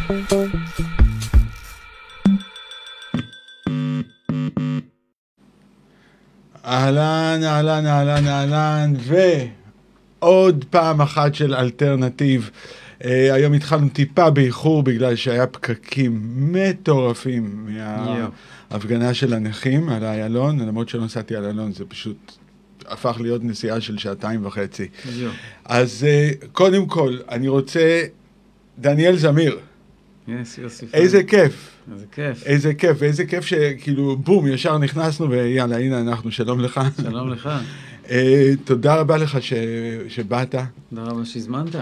אהלן, אהלן, אהלן, אהלן, ועוד פעם אחת של אלטרנטיב. היום התחלנו טיפה באיחור בגלל שהיה פקקים מטורפים מההפגנה של הנכים על איילון, למרות שלא נסעתי על איילון, זה פשוט הפך להיות נסיעה של 2.5 שעות. אז קודם כל, אני רוצה, דניאל זמיר. איזה כיף. איזה כיף. איזה כיף, ואיזה כיף שכאילו בום, ישר נכנסנו ויאללה, הנה אנחנו, שלום לך. שלום לך. תודה רבה לך שבאת. תודה רבה שהזמנת.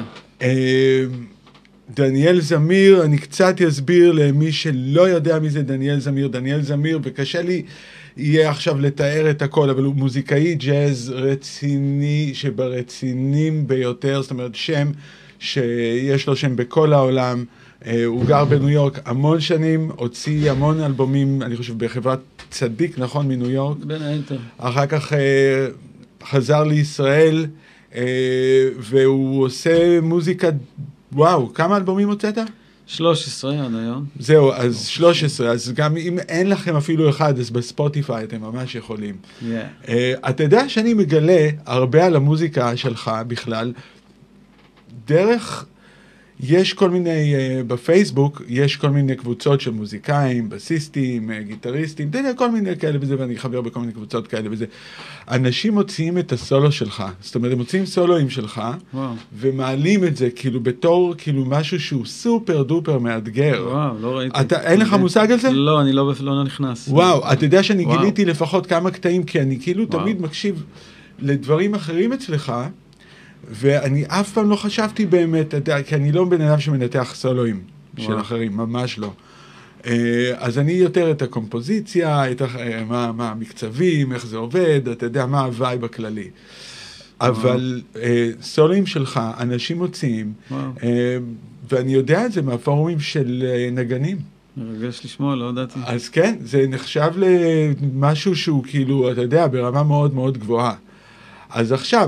דניאל זמיר, אני קצת אסביר למי שלא יודע מי זה דניאל זמיר. דניאל זמיר, וקשה לי יהיה עכשיו לתאר את הכל, אבל הוא מוזיקאי ג'אז רציני, שברצינים ביותר, זאת אומרת שם שיש לו שם בכל העולם. הוא גר בניו יורק המון שנים, הוציא המון אלבומים, אני חושב בחברת צדיק, נכון, מניו יורק. בין היתר. אחר כך חזר לישראל, והוא עושה מוזיקה, וואו, כמה אלבומים הוצאת? 13 עד היום. זהו, אז 13, אז גם אם אין לכם אפילו אחד, אז בספוטיפיי אתם ממש יכולים. אתה יודע שאני מגלה הרבה על המוזיקה שלך בכלל, דרך... יש כל מיני, בפייסבוק, יש כל מיני קבוצות של מוזיקאים, בסיסטים, גיטריסטים, כל מיני כאלה וזה, ואני חבר בכל מיני קבוצות כאלה וזה. אנשים מוציאים את הסולו שלך, זאת אומרת, הם מוציאים סולואים שלך, ומעלים את זה כאילו בתור, כאילו משהו שהוא סופר דופר מאתגר. וואו, לא ראיתי. אין לך מושג על זה? לא, אני לא נכנס. וואו, אתה יודע שאני גיליתי לפחות כמה קטעים, כי אני כאילו תמיד מקשיב לדברים אחרים אצלך, ואני אף פעם לא חשבתי באמת, כי אני לא בן אדם שמנתח סולואים של אחרים, ממש לא. אז אני יותר את הקומפוזיציה, מה המקצבים, איך זה עובד, אתה יודע, מה הווייב הכללי. אבל סולואים שלך, אנשים מוצאים, ואני יודע את זה מהפורומים של נגנים. מרגש לשמוע, לא ידעתי. אז כן, זה נחשב למשהו שהוא כאילו, אתה יודע, ברמה מאוד מאוד גבוהה. אז עכשיו,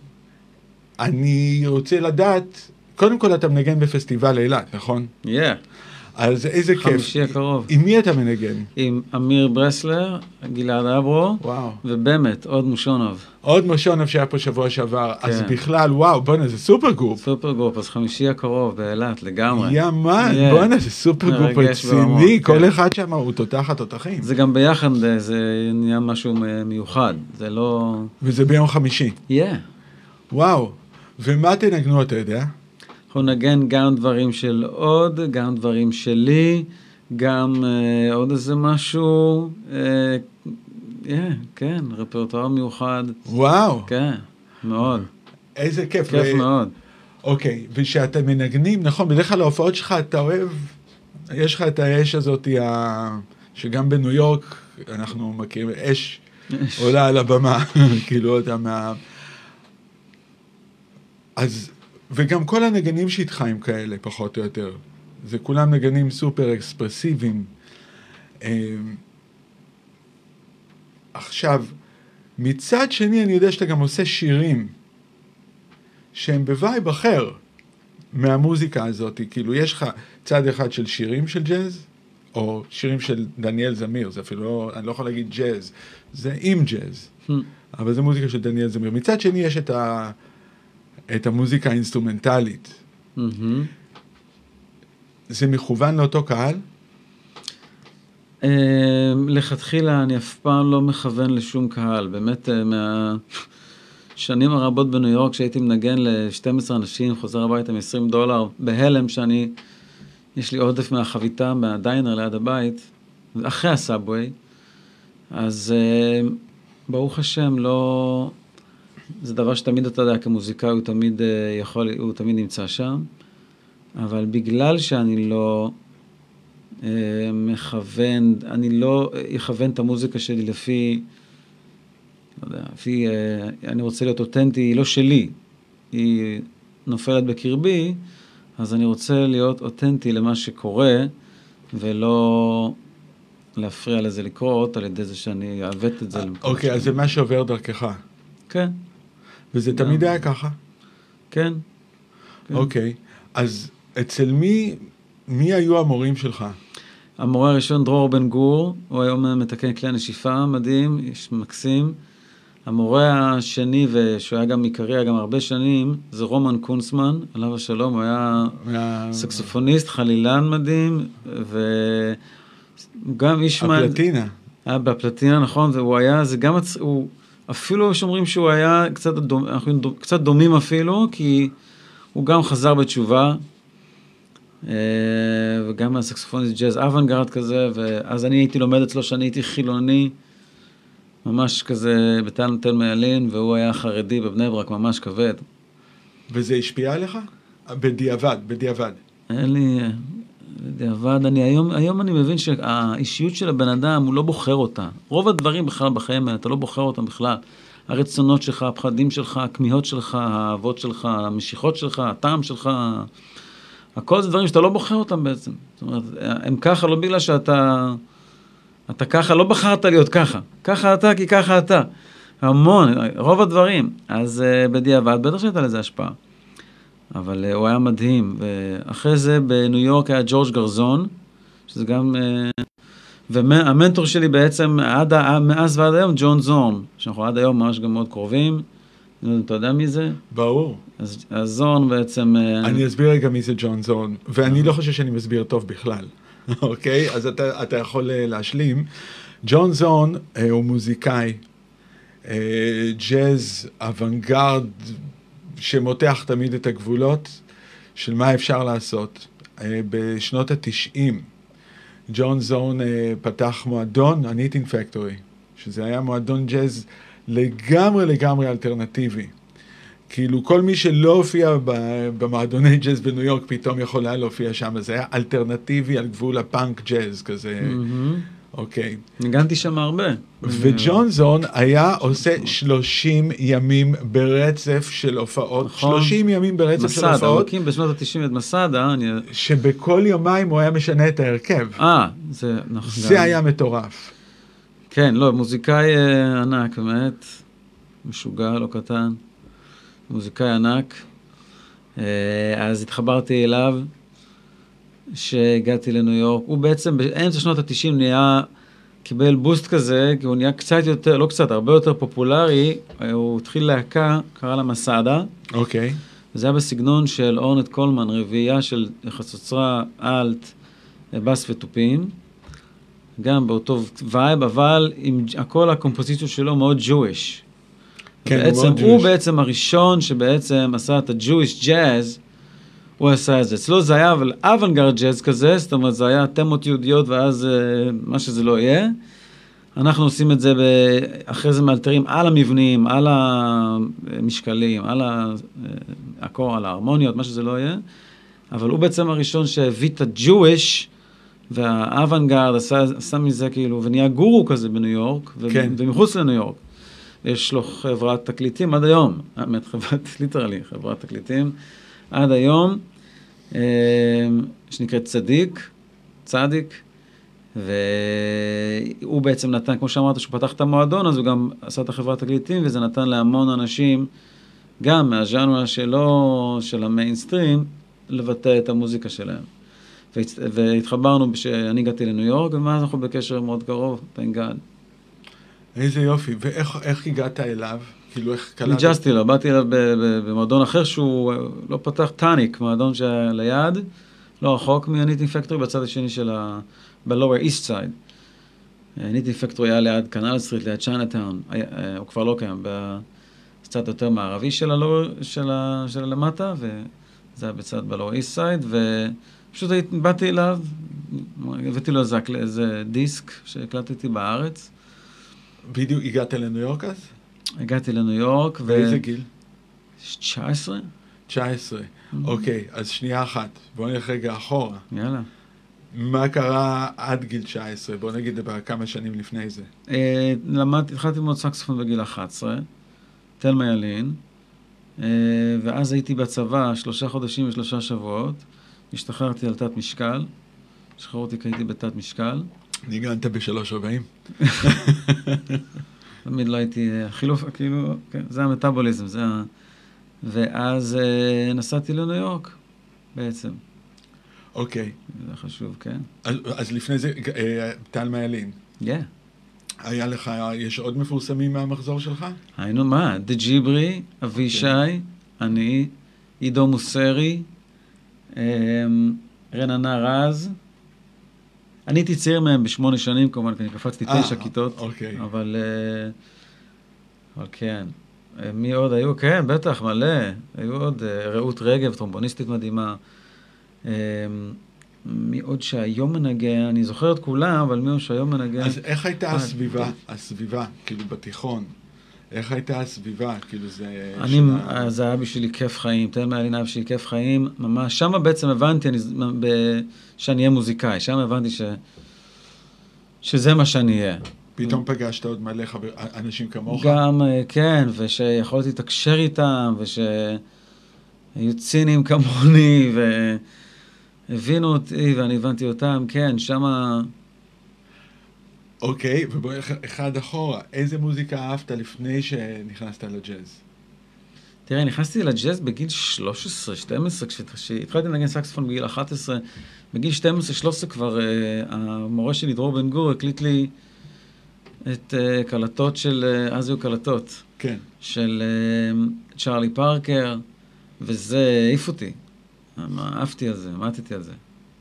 אני רוצה לדעת, קודם כל אתה מנגן בפסטיבל אילת, נכון? אז איזה כיף. חמישי הקרוב. עם מי אתה מנגן? עם אמיר ברסלר, גלעד אברו, ובאמת, עוד מושונוב. עוד מושונוב שהיה פה שבוע שעבר, אז בכלל, וואו, בוא'נה, זה סופר גרופ. סופר גרופ, אז חמישי הקרוב באילת, לגמרי. יאמן, בוא'נה, זה סופר גרופ רציני, כל אחד שם הוא תותחת תותחים. זה גם ביחד, זה נהיה משהו מיוחד, זה לא... וזה ביום חמישי. וואו. ומה תנגנו, אתה יודע? אנחנו נגן גם דברים של עוד, גם דברים שלי, גם עוד איזה משהו, כן, רפרטואר מיוחד. וואו. כן, מאוד. איזה כיף. כיף מאוד. אוקיי, ושאתה מנגנים, נכון, בדרך כלל ההופעות שלך אתה אוהב, יש לך את האש הזאת, שגם בניו יורק אנחנו מכירים, אש עולה על הבמה, כאילו אותה אז, וגם כל הנגנים שאיתך הם כאלה, פחות או יותר. זה כולם נגנים סופר אקספרסיביים. עכשיו, מצד שני אני יודע שאתה גם עושה שירים, שהם בווייב אחר מהמוזיקה הזאת. כאילו, יש לך צד אחד של שירים של ג'אז, או שירים של דניאל זמיר, זה אפילו, אני לא יכול להגיד ג'אז, זה עם ג'אז. אבל זה מוזיקה של דניאל זמיר. מצד שני יש את המוזיקה האינסטרומנטלית. זה מכוון לאותו קהל? לכתחילה אני אף פעם לא מכוון לשום קהל. באמת מהשנים הרבות בניו יורק שהייתי מנגן ל-12 אנשים, חוזר הביתה $20, בהלם יש לי עודף מהחביתה, מהדיינר ליד הבית, אחרי הסאבווי. אז ברוך השם לא... זה דבר שתמיד אתה יודע, כמוזיקאי הוא תמיד נמצא שם, אבל בגלל שאני לא מכוון, אני לא אכוון את המוזיקה שלי לפי, לא יודע, אני רוצה להיות אותנטי, היא לא שלי, היא נופלת בקרבי, אז אני רוצה להיות אותנטי למה שקורה, ולא להפריע לזה לקרות, על ידי זה שאני אעוות את זה. אוקיי, אז זה מה שעובר דרכך. כן. וזה תמיד היה ככה? כן. אוקיי, אז אצל מי מי היו המורים שלך? המורה הראשון, דרור בן גור, הוא היום מתקן כלי הנשיפה, מדהים, איש מקסים. המורה השני, ושהוא היה גם עיקרי, היה גם הרבה שנים, זה רומן קונסמן, עליו השלום, הוא היה סקסופוניסט, חלילן מדהים, וגם איש... הפלטינה. היה בפלטינה, נכון, והוא היה, זה גם, הוא, אפילו יש אומרים שהוא היה קצת דומים אפילו, כי הוא גם חזר בתשובה, וגם הסקסופוניסט ג'אז אוונגרד כזה, ואז אני הייתי לומד אצלו שאני הייתי חילוני, ממש כזה בתל מיילין, והוא היה חרדי בבני ברק, ממש כבד. וזה השפיע עליך? בדיעבד. אין לי... בדיעבד, היום אני מבין שהאישיות של הבן אדם, הוא לא בוחר אותה. רוב הדברים בכלל בחיים, אתה לא בוחר אותם בכלל. הרצונות שלך, הפחדים שלך, הכמיהות שלך, האהבות שלך, המשיכות שלך, הטעם שלך, הכל זה דברים שאתה לא בוחר אותם בעצם. זאת אומרת, הם ככה לא בגלל שאתה... אתה ככה, לא בחרת להיות ככה. ככה אתה, כי ככה אתה. המון, רוב הדברים. אז בדיעבד, בטח שהייתה לזה השפעה. אבל הוא היה מדהים. ואחרי זה בניו יורק היה ג'ורג' גרזון, שזה גם... והמנטור שלי בעצם, מאז ועד היום, ג'ון זורן, שאנחנו עד היום ממש גם מאוד קרובים. אתה יודע מי זה? ברור. אז זורן בעצם... אני אסביר רגע מי זה ג'ון זורן, ואני לא חושב שאני מסביר טוב בכלל. אוקיי? אז אתה יכול להשלים. ג'ון זורן הוא מוזיקאי, ג'אז, אוונגרד, שמותח תמיד את הגבולות של מה אפשר לעשות. בשנות ה-90, ג'ון זורן פתח מועדון, הניטינג פקטורי, שזה היה מועדון ג'אז לגמרי אלטרנטיבי. כאילו כל מי שלא הופיע במועדוני ג'אז בניו יורק פתאום יכול היה להופיע שם, זה היה אלטרנטיבי על גבול הפאנק ג'אז כזה, אוקיי. ניגנתי שם הרבה. וג'ון זורן היה עושה 30 ימים ברצף של הופעות, 30 ימים ברצף של הופעות. מסד, הוא הקים בשנות ה-90 את מסד, שבכל יומיים הוא היה משנה את ההרכב. זה נכון. זה היה מטורף. כן, לא, מוזיקאי ענק, באמת, משוגע, לא קטן. מוזיקאי ענק, אז התחברתי אליו, שהגעתי לניו יורק, הוא בעצם באמצע שנות ה-90 קיבל בוסט כזה, כי הוא נהיה קצת יותר, לא קצת, הרבה יותר פופולרי, הוא התחיל להקה, קרא לה מסאדה. אוקיי. זה היה בסגנון של אורנט קולמן, רביעייה של חצוצרה, אלט, בס וטופים, גם באותו וייב, אבל עם כל הקומפוזיציות שלו מאוד ג'ויש. כן, הוא בעצם הראשון שבעצם עשה את ה-Jewish Jazz, הוא עשה את זה. אצלו זה היה אבל אוונגרד ג'אז כזה, זאת אומרת זה היה תמות יהודיות ואז מה שזה לא יהיה. אנחנו עושים את זה אחרי זה מאלתרים על המבנים, על המשקלים, על הקור, על ההרמוניות, מה שזה לא יהיה. אבל הוא בעצם הראשון שהביא את ה-Jewish והאוונגרד עשה מזה כאילו, ונהיה גורו כזה בניו יורק, ומחוץ לניו יורק. יש לו חברת תקליטים עד היום, האמת חברת תקליטים עד היום, שנקראת צדיק, והוא בעצם נתן, כמו שאמרת, שהוא פתח את המועדון, אז הוא גם עשה את החברת תקליטים, וזה נתן להמון אנשים, גם מהז'אנרה שלו, של המיינסטרים, לבטא את המוזיקה שלהם. והתחברנו שאני הגעתי לניו יורק, ומאז אנחנו בקשר מאוד קרוב, thank God. איזה יופי, ואיך הגעת אליו? כאילו איך קלטת? נג'סתי לו, באתי אליו במועדון אחר שהוא לא פתח, טאניק, מועדון שהיה ליד, לא רחוק מהניטינג פקטורי, בצד השני של ב-Lower East Side. ניטינג פקטורי היה ליד קנל סטריט, ליד צ'יינאטאון, הוא כבר לא קיים, בצד יותר מערבי של למטה, וזה היה בצד ב-Lower East Side, ופשוט באתי אליו, הבאתי לו איזה דיסק שהקלטתי בארץ, בדיוק הגעת לניו יורק אז? הגעתי לניו יורק. באיזה גיל? 19. 19, אוקיי, אז שנייה אחת, בוא נלך רגע אחורה. יאללה. מה קרה עד גיל 19? בוא נגיד כמה שנים לפני זה. התחלתי ללמוד סקסופון בגיל 11, תל מיילין, ואז הייתי בצבא 3 חודשים ו3 שבועות, השתחררתי על תת משקל, שחררו אותי כי הייתי בתת משקל. ניגנת ב-3.40. תמיד לא הייתי חילוף, כאילו, כן, זה המטאבוליזם, ואז נסעתי לניו יורק, בעצם. אוקיי. זה חשוב, כן. אז לפני זה, טל מיילין. היה לך, יש עוד מפורסמים מהמחזור שלך? היינו מה? דג'יברי, אבישי, אני, עידו מוסרי, רננה רז. אני הייתי צעיר מהם ב8 שנים, כמובן, כי אני קפצתי 9 כיתות. אוקיי. אבל כן. מי עוד היו? כן, בטח, מלא. היו עוד רעות רגב, טרומבוניסטית מדהימה. מי עוד שהיום מנגן, אני זוכר את כולם, אבל מי עוד שהיום מנגן... אז איך הייתה הסביבה, כאילו בתיכון? איך הייתה הסביבה? כאילו זה... זה היה בשבילי כיף חיים, תל מיילין היה בשבילי כיף חיים, ממש, שם בעצם הבנתי שאני אהיה מוזיקאי, שם הבנתי שזה מה שאני אהיה. פתאום פגשת עוד מלא אנשים כמוך? גם, כן, ושיכולתי לתקשר איתם, ושהיו ציניים כמוני, והבינו אותי, ואני הבנתי אותם, כן, שמה... אוקיי, ובואי אחד אחורה, איזה מוזיקה אהבת לפני שנכנסת לג'אז? תראה, נכנסתי לג'אז בגיל 13-12, כשהתחלתי לנגן סקספון בגיל 11, בגיל 12-13 כבר המורה שלי, דרור בן גור, הקליט לי את קלטות של, אז היו קלטות, כן. של צ'רלי פארקר, וזה העיף אותי. אהבתי על זה, מתתי על זה.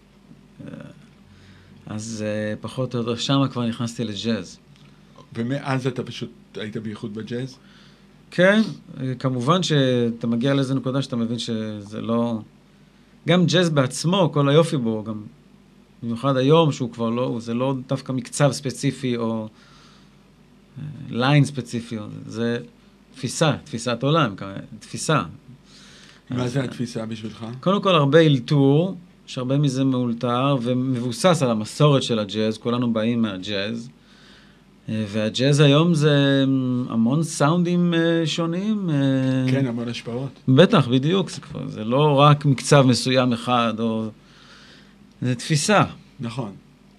אז פחות או יותר שמה כבר נכנסתי לג'אז. ומאז אתה פשוט היית בייחוד בג'אז? כן, כמובן שאתה מגיע לאיזה נקודה שאתה מבין שזה לא... גם ג'אז בעצמו, כל היופי בו, גם במיוחד היום שהוא כבר לא, זה לא דווקא מקצב ספציפי או ליין ספציפי, זה תפיסת עולם, תפיסה. מה זה התפיסה בשבילך? קודם כל הרבה אילתור, שהרבה מזה מאולתר, ומבוסס על המסורת של הג'אז, כולנו באים מהג'אז, והג'אז היום זה המון סאונדים שונים. כן, המון השפעות. בטח, בדיוק, זה לא רק מקצב מסוים אחד, זה תפיסה. נכון.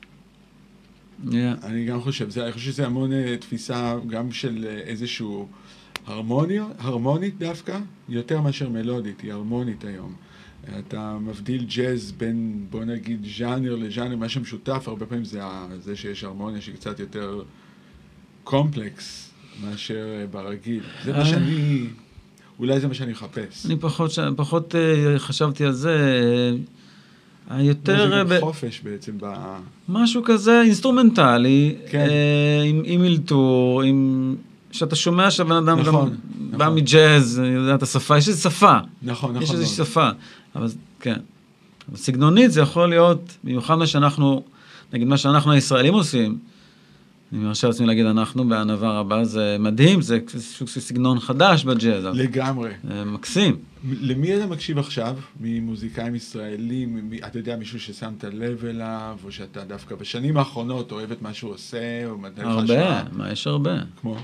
אני גם חושב, אני חושב שזה המון תפיסה גם של איזשהו הרמונית דווקא, יותר מאשר מלודית, היא הרמונית היום. אתה מבדיל ג'אז בין, בוא נגיד, ז'אנר לז'אנר, מה שמשותף הרבה פעמים זה שיש הרמוניה שהיא קצת יותר קומפלקס מאשר ברגיל. זה מה שאני, אולי זה מה שאני מחפש. אני פחות חשבתי על זה, יותר... זה גם חופש בעצם משהו כזה אינסטרומנטלי, עם אילתור, עם... שאתה שומע שהבן אדם גם בא מג'אז, יודע את השפה, יש איזו שפה. נכון. יש איזו שפה, אבל כן. אבל סגנונית זה יכול להיות, במיוחד מה שאנחנו, נגיד מה שאנחנו הישראלים עושים, אני מרשה לעצמי להגיד אנחנו בענווה רבה, זה מדהים, זה סגנון חדש בג'אז. לגמרי. מקסים. למי אתה מקשיב עכשיו? ממוזיקאים ישראלים, אתה יודע, מישהו ששמת לב אליו, או שאתה דווקא בשנים האחרונות אוהב את מה שהוא עושה, או מדהים לך הרבה, יש הרבה. כמו?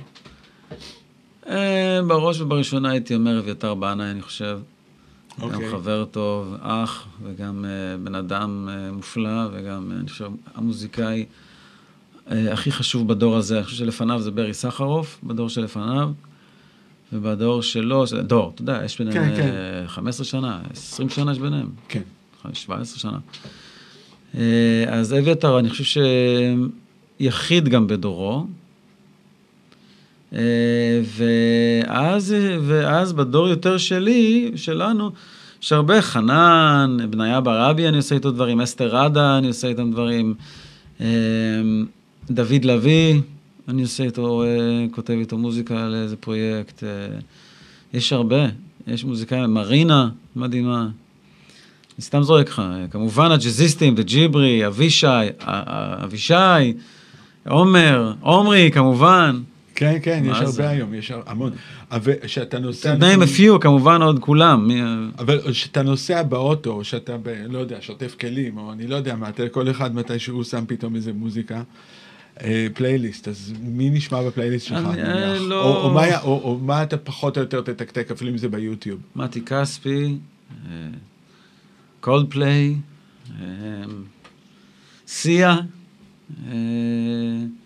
בראש ובראשונה הייתי אומר אביתר בנאי, אני חושב. גם חבר טוב, אח, וגם בן אדם מופלא, וגם, אני חושב, המוזיקאי הכי חשוב בדור הזה. אני חושב שלפניו זה ברי סחרוף, בדור שלפניו, ובדור שלו, דור, אתה יודע, יש ביניהם 15 שנה, 20 שנה יש ביניהם. כן. 17 שנה. אז אביתר, אני חושב שיחיד גם בדורו, ואז בדור יותר שלנו, יש הרבה חנן, בניה ברבי, אני עושה איתו דברים, אסתר רדה, אני עושה איתם דברים, דוד לוי, אני עושה איתו, כותב איתו מוזיקה לאיזה פרויקט, יש הרבה, יש מוזיקה, מרינה, מדהימה, אני סתם זורק לך, כמובן הג'זיסטים, דג'יברי, אבישי, עומרי, כמובן, כן, יש הרבה היום, יש המון. שאתה נוסע... name a few, כמובן עוד כולם. אבל שאתה נוסע באוטו, או שאתה, לא יודע, שוטף כלים, או אני לא יודע מה, כל אחד מתי שהוא שם פתאום איזה מוזיקה, פלייליסט, אז מי נשמע בפלייליסט שלך? או מה אתה פחות או יותר תתקתק, אפילו אם זה ביוטיוב? מתי כספי, קולדפליי, סיה,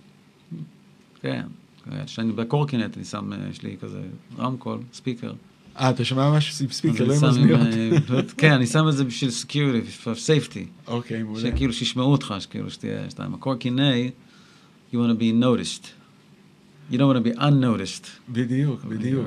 כן. כשאני בקורקינט, אני שם, יש לי כזה רמקול, ספיקר. אתה שומע ממש ספיקר, לא עם אוזניות. כן, אני שם את זה בשביל security, for safety. אוקיי, מעולה. שכאילו שישמעו אותך, שכאילו שאתה עם הקורקינאי, you want to be noticed. You don't want to be unnoticed. בדיוק.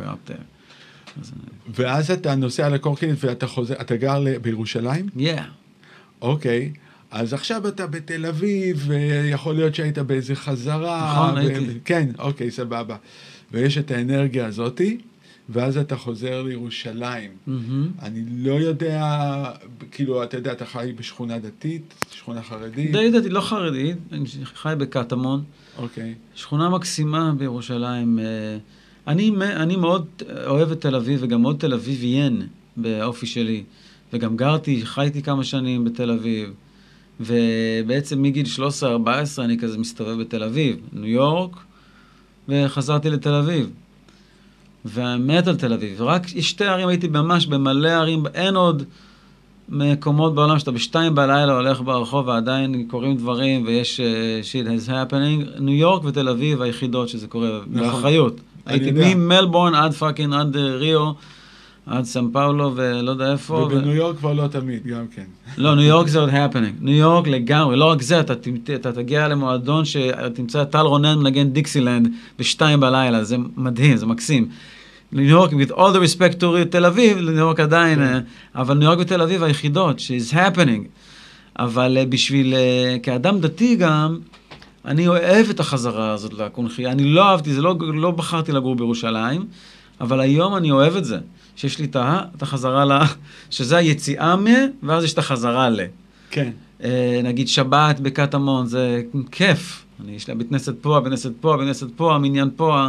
ואז אתה נוסע לקורקינט ואתה חוזר, אתה גר בירושלים? Yeah. אוקיי. אז עכשיו אתה בתל אביב, ויכול להיות שהיית באיזה חזרה. נכון, הייתי. כן, אוקיי, סבבה. ויש את האנרגיה הזאתי, ואז אתה חוזר לירושלים. אני לא יודע, כאילו, אתה יודע, אתה חי בשכונה דתית, שכונה חרדית? די דתית, לא חרדית, אני חי בקטמון. אוקיי. שכונה מקסימה בירושלים. אני מאוד אוהב את תל אביב, וגם מאוד תל אביביין באופי שלי. וגם חייתי כמה שנים בתל אביב. ובעצם מגיל 13-14 אני כזה מסתובב בתל אביב, ניו יורק, וחזרתי לתל אביב. והמת על תל אביב. רק שתי ערים הייתי ממש במלא ערים, אין עוד מקומות בעולם שאתה בשתיים בלילה הולך ברחוב ועדיין קורים דברים ויש shit has happening. ניו יורק ותל אביב היחידות שזה קורה באחריות. הייתי ממלבורן עד ריו, עד סן פאולו ולא יודע איפה. ובניו יורק כבר לא תמיד, גם כן. לא, ניו יורק זה עוד happening. ניו יורק לגמרי, לא רק זה, אתה תגיע למועדון שתמצא טל רונן מנגן דיקסילנד בשתיים בלילה, זה מדהים, זה מקסים. ניו יורק, with all the respect to תל אביב, ניו יורק עדיין, אבל ניו יורק ותל אביב היחידות, she's happening. אבל בשביל, כאדם דתי גם, אני אוהב את החזרה הזאת לקונחייה, אני לא אהבתי, לא בחרתי לגור בירושלים, אבל היום אני אוהב את זה, שיש לי את החזרה שזה היציאה ואז יש את החזרה כן. נגיד שבת בקטמון, זה כיף. יש לי בית כנסת פה, בית כנסת פה, המניין פה,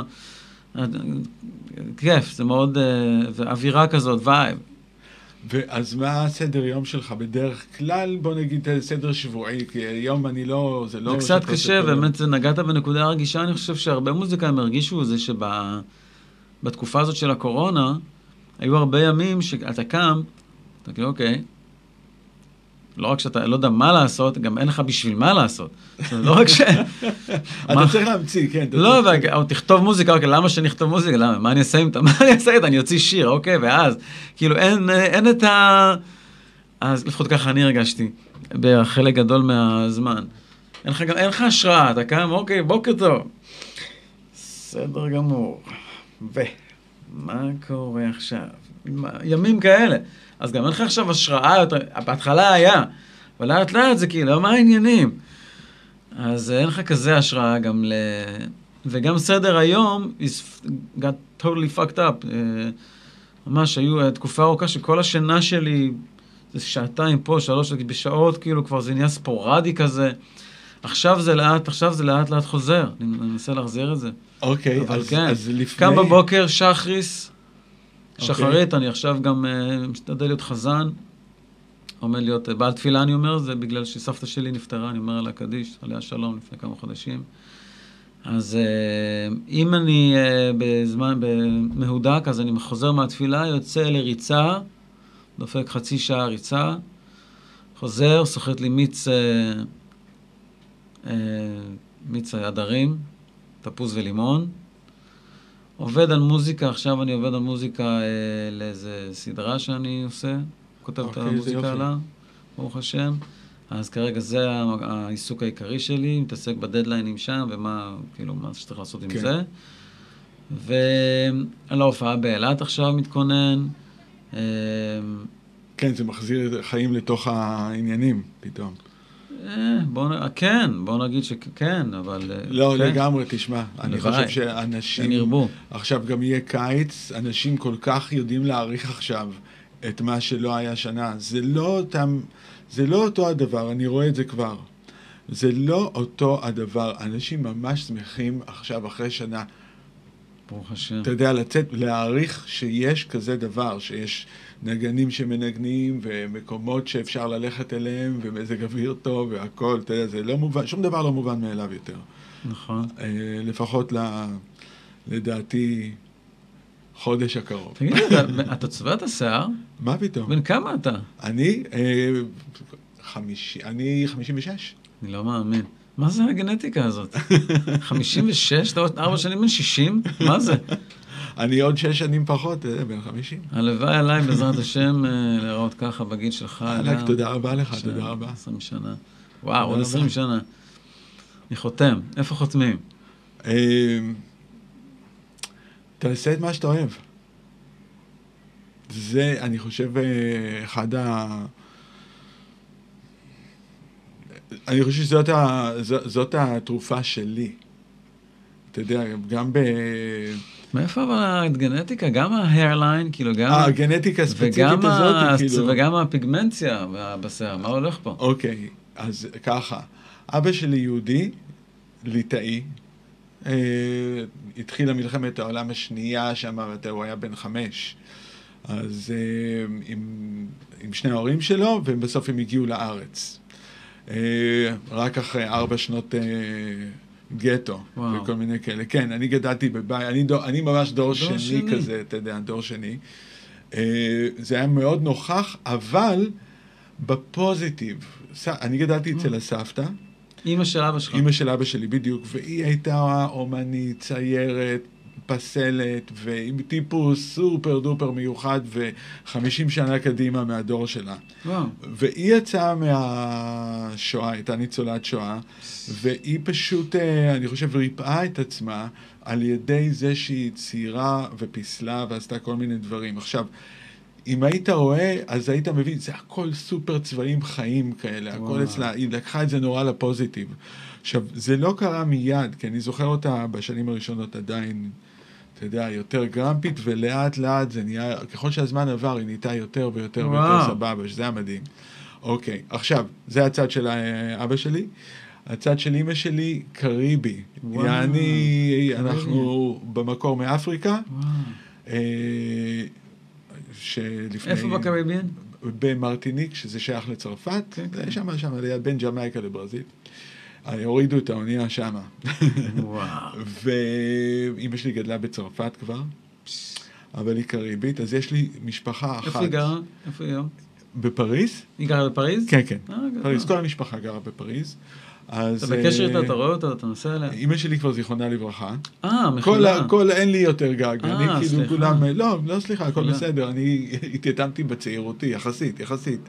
כיף, זה מאוד, אווירה כזאת, וייב. ואז מה הסדר יום שלך? בדרך כלל, בוא נגיד, סדר שבועי, כי היום אני לא, זה לא... זה קצת קשה, באמת נגעת בנקודה הרגישה, אני חושב שהרבה מוזיקאים הרגישו זה שבתקופה הזאת של הקורונה, היו הרבה ימים שאתה קם, אתה כאילו, אוקיי, לא רק שאתה לא יודע מה לעשות, גם אין לך בשביל מה לעשות. לא רק ש... אתה צריך להמציא, כן. לא, תכתוב מוזיקה, אוקיי, למה שאני אכתוב מוזיקה? למה? מה אני אעשה איתה? אני אוציא שיר, אוקיי, ואז, כאילו, אין את ה... אז לפחות ככה אני הרגשתי, בחלק גדול מהזמן. אין לך השראה, אתה קם, אוקיי, בוקר טוב. בסדר גמור. ומה קורה עכשיו? ימים כאלה. אז גם אין לך עכשיו השראה יותר, בהתחלה היה, אבל לאט לאט זה כאילו, מה העניינים? אז אין לך כזה השראה גם וגם סדר היום, got totally fucked up. ממש היו תקופה ארוכה שכל השינה שלי, זה שעתיים פה, 3 בשעות, כאילו כבר זה נהיה ספורדי כזה. עכשיו זה לאט חוזר, אני מנסה להחזיר את זה. אוקיי, אז לפני... קם בבוקר, שחרית, אני עכשיו גם משתדל להיות חזן, עומד להיות בעל תפילה, אני אומר, זה בגלל שסבתא שלי נפטרה, אני אומר עליה קדיש, עליה שלום לפני כמה חודשים. אז אם אני בזמן, במהודק, אז אני חוזר מהתפילה, יוצא לריצה, דופק חצי שעה ריצה, חוזר, סוחט לי מיץ הדרים, תפוז ולימון, עובד על מוזיקה, עכשיו אני עובד על מוזיקה לאיזה סדרה שאני עושה, כותב את המוזיקה עלה, ברוך השם. אז כרגע זה העיסוק העיקרי שלי, מתעסק בדדליינים שם, ומה, כאילו, מה שצריך לעשות עם זה. ועל ההופעה באילת עכשיו מתכונן. כן, זה מחזיר חיים לתוך העניינים פתאום. כן, בוא נגיד שכן, אבל... לא, לגמרי, תשמע. אני חושב שאנשים... נרבו. עכשיו גם יהיה קיץ, אנשים כל כך יודעים להעריך עכשיו את מה שלא היה שנה. זה לא אותו הדבר, אני רואה את זה כבר. זה לא אותו הדבר. אנשים ממש שמחים עכשיו, אחרי שנה. ברוך השם. אתה יודע, להעריך שיש כזה דבר, שיש נגנים שמנגנים, ומקומות שאפשר ללכת אליהם, ומזג אוויר טוב, והכל, אתה יודע, זה לא מובן, שום דבר לא מובן מאליו יותר. נכון. לפחות לדעתי, חודש הקרוב. תגיד, אתה צובע את השיער? מה פתאום? בן כמה אתה? אני 56. אני לא מאמין. מה זה הגנטיקה הזאת? 56? אתה עוד 4 שנים בן 60? מה זה? אני עוד 6 שנים פחות, בן 50. הלוואי עליי בעזרת השם לראות ככה בגיל שלך. תודה רבה לך, תודה רבה. 20 שנה. וואו, עוד 20 שנה. אני חותם. איפה חותמים? תעשה את מה שאתה אוהב. זה, אני חושב, אני חושב שזאת התרופה שלי. אתה יודע, גם מאיפה אבל הגנטיקה? גם ההיירליין, כאילו גם... הגנטיקה הספציפית הזאת, כאילו... וגם הפיגמנציה בשיער, מה הולך פה? אוקיי, אז ככה. אבא שלי יהודי, ליטאי, התחילה מלחמת העולם השנייה, שאמרת, הוא היה בן 5. אז עם שני ההורים שלו, ובסוף הם הגיעו לארץ. רק אחרי 4 שנות גטו, וכל מיני כאלה. כן, אני גדלתי בבית, אני ממש דור שני כזה, אתה יודע, דור שני. זה היה מאוד נוכח, אבל בפוזיטיב. אני גדלתי אצל הסבתא. אמא של אבא שלך. אמא של אבא שלי, בדיוק. והיא הייתה אומנית, ציירת, פסלת, ועם טיפוס סופר דופר מיוחד, ו50 שנה קדימה מהדור שלה. והיא יצאה מהשואה, הייתה ניצולת שואה, והיא פשוט, אני חושב, ריפאה את עצמה על ידי זה שהיא ציירה ופיסלה ועשתה כל מיני דברים. עכשיו, אם היית רואה, אז היית מבין, זה הכל סופר צבעים חיים כאלה, הכל אצלה, היא לקחה את זה נורא לפוזיטיב. עכשיו, זה לא קרה מיד, כי אני זוכר אותה בשנים הראשונות עדיין, אתה יודע, יותר גרמפית, ולאט לאט זה נהיה, ככל שהזמן עבר, היא נהייתה יותר ויותר ויותר סבבה, שזה היה מדהים. אוקיי, עכשיו, זה הצד של אבא שלי. הצד של אמא שלי, קריבי. יעני, אנחנו במקור מאפריקה. שלפני... איפה בקריביאן? במרטיניק, שזה שייך לצרפת. זה שם, ליד בין ג'מייקה לברזיל. הורידו את האונייה שמה. ואמא שלי גדלה בצרפת כבר, אבל היא קריבית, אז יש לי משפחה אחת. איפה היא גרה? איפה היא היום? בפריז. היא גרה בפריז? כן, כן. פריז, כל המשפחה גרה בפריז. אתה בקשר איתה, אתה רואה אותה, אתה נוסע אליה? אמא שלי כבר זיכרונה לברכה. מחילה. אין לי יותר גג. אני כאילו כולם, לא, סליחה, הכל בסדר. אני התייתמתי בצעירותי, יחסית.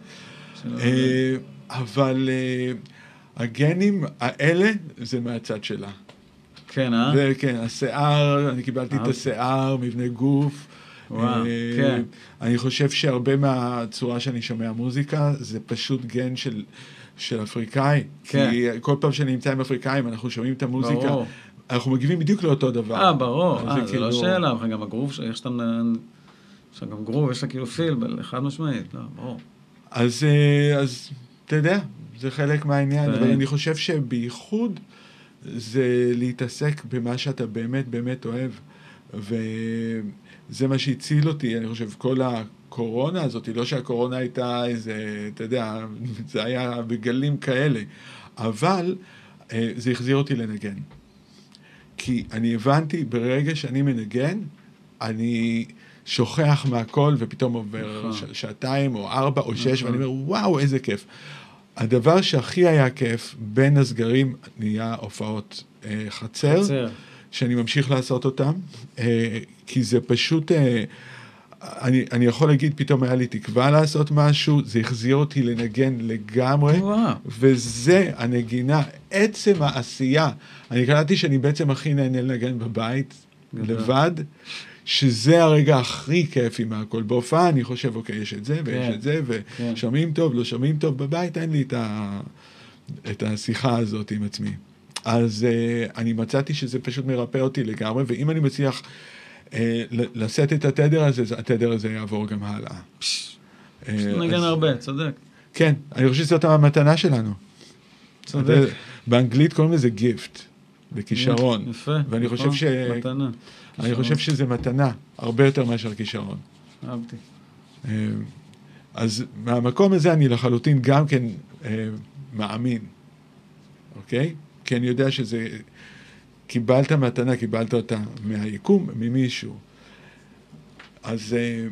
אבל הגנים האלה זה מהצד שלה. כן, כן, השיער, אני קיבלתי את השיער, מבנה גוף. כן. אני חושב שהרבה מהצורה שאני שומע מוזיקה, זה פשוט גן של אפריקאי. כן. כי כל פעם שאני נמצא עם אפריקאים, אנחנו שומעים את המוזיקה, אנחנו מגיבים בדיוק לאותו דבר. ברור. זה לא שאלה, גם הגרוב, יש גם גרוב, יש לה כאילו פיל, חד משמעית, לא, ברור. אז אתה יודע, זה חלק מהעניין, אבל אני חושב שבייחוד זה להתעסק במה שאתה באמת באמת אוהב, וזה מה שהציל אותי. אני חושב, כל הקורונה הזאת, לא שהקורונה הייתה איזה, אתה יודע, זה היה בגלים כאלה, אבל זה החזיר אותי לנגן. כי אני הבנתי, ברגע שאני מנגן, אני שוכח מהכל, ופתאום עובר 2 או 4 או 6, ואני אומר, וואו, איזה כיף. הדבר שהכי היה כיף בין הסגרים נהיה הופעות חצר, שאני ממשיך לעשות אותם, כי זה פשוט, אני יכול להגיד, פתאום היה לי תקווה לעשות משהו, זה החזיר אותי לנגן לגמרי, וזה הנגינה, עצם העשייה. אני קלטתי שאני בעצם הכי נהנה לנגן בבית, לבד, שזה הרגע הכי כיפי מהכל. בהופעה אני חושב, אוקיי, יש את זה ויש את זה, ושומעים טוב, לא שומעים טוב, בבית אין לי את השיחה הזאת עם עצמי. אז אני מצאתי שזה פשוט מרפא אותי לגמרי, ואם אני מצליח לשאת את התדר הזה, התדר הזה יעבור גם הלאה. נגן הרבה, צודק. כן, אני חושב שזאת המתנה שלנו. צודק. באנגלית קוראים לזה גיפט, בכישרון. יפה, ואני חושב מתנה. אני חושב שזה מתנה, הרבה יותר מאשר כישרון. אהבתי. אז מהמקום הזה אני לחלוטין גם כן מאמין, אוקיי? כי אני יודע שזה, קיבלת מתנה, קיבלת אותה מהיקום, ממישהו. אז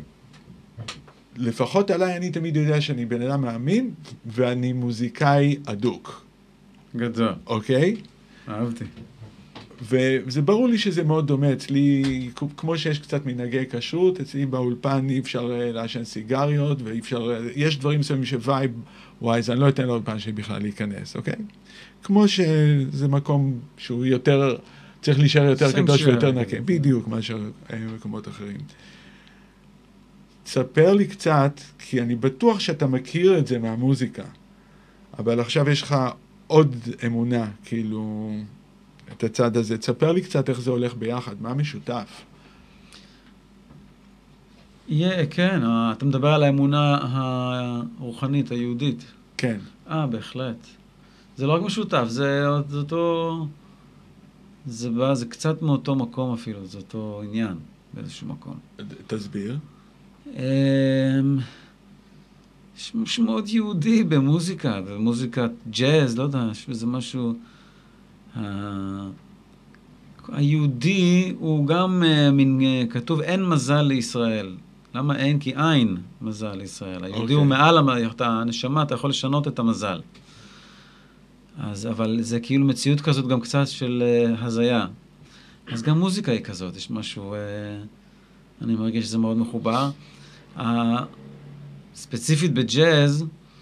לפחות עליי אני תמיד יודע שאני בן אדם מאמין, ואני מוזיקאי אדוק. גדול. אוקיי? אהבתי. וזה ברור לי שזה מאוד דומה, אצלי, כמו שיש קצת מנהגי כשרות, אצלי באולפן אי אפשר לעשן סיגריות, ואי אפשר, יש דברים מסוימים שווייב, וואי, אז אני לא אתן לאולפן שלי בכלל להיכנס, אוקיי? כמו שזה מקום שהוא יותר, צריך להישאר יותר קדוש ויותר נקי, בדיוק, מאשר מקומות אחרים. תספר לי קצת, כי אני בטוח שאתה מכיר את זה מהמוזיקה, אבל עכשיו יש לך עוד אמונה, כאילו, את הצד הזה. תספר לי קצת איך זה הולך ביחד, מה משותף? כן, אתה מדבר על האמונה הרוחנית, היהודית. כן. בהחלט. זה לא רק משותף, זה אותו... זה קצת מאותו מקום אפילו, זה אותו עניין באיזשהו מקום. תסביר. יש משהו מאוד יהודי במוזיקה, במוזיקת ג'אז, לא יודע, יש בזה משהו... היהודי הוא גם כתוב אין מזל לישראל. למה אין? כי אין מזל לישראל. היהודי הוא מעל הנשמה, אתה יכול לשנות את המזל. אבל זה כאילו מציאות כזאת גם קצת של הזיה. אז גם מוזיקה היא כזאת, יש משהו, אני מרגיש שזה מאוד מחובר. ספציפית בג'אז,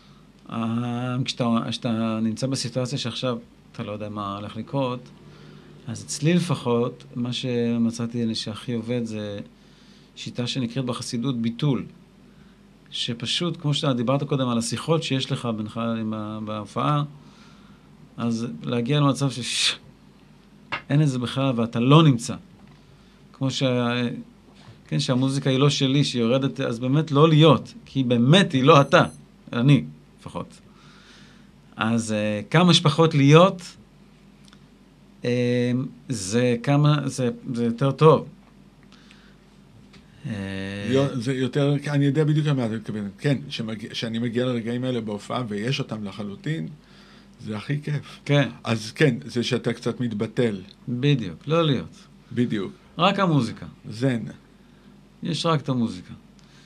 כשאתה נמצא בסיטואציה שעכשיו אתה לא יודע מה הולך לקרות, אז אצלי לפחות, מה שמצאתי שהכי עובד זה שיטה שנקראת בחסידות ביטול. שפשוט, כמו שאתה דיברת קודם על השיחות שיש לך בינך בהופעה, אז להגיע למצב אין את זה בכלל ואתה לא נמצא. כמו כן, שהמוזיקה היא לא שלי, שהיא יורדת, אז באמת לא להיות, כי באמת היא לא אתה, אני לפחות. אז כמה שפחות להיות, זה יותר טוב. זה יותר, אני יודע בדיוק מה אתה מתכוון. כן, שאני מגיע לרגעים האלה בהופעה ויש אותם לחלוטין, זה הכי כיף. כן. אז כן, זה שאתה קצת מתבטל. בדיוק, לא להיות. בדיוק. רק המוזיקה. זן. יש רק את המוזיקה.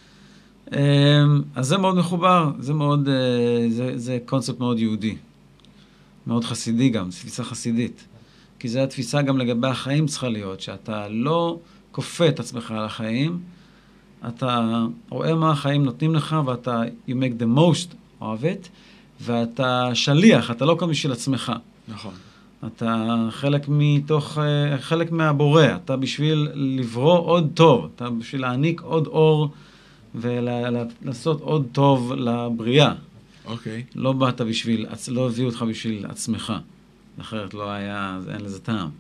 אז זה מאוד מחובר, זה קונספט מאוד יהודי. מאוד חסידי גם, תפיסה חסידית. כי זו התפיסה גם לגבי החיים צריכה להיות, שאתה לא כופה את עצמך על החיים, אתה רואה מה החיים נותנים לך, ואתה you make the most of it, ואתה שליח, אתה לא כאן בשביל עצמך. נכון. אתה חלק מהבורא, אתה בשביל לברוא עוד טוב, אתה בשביל להעניק עוד אור, ולעשות עוד טוב לבריאה. אוקיי. לא באת בשביל, לא הביאו אותך בשביל עצמך. אחרת לא היה, אין לזה טעם.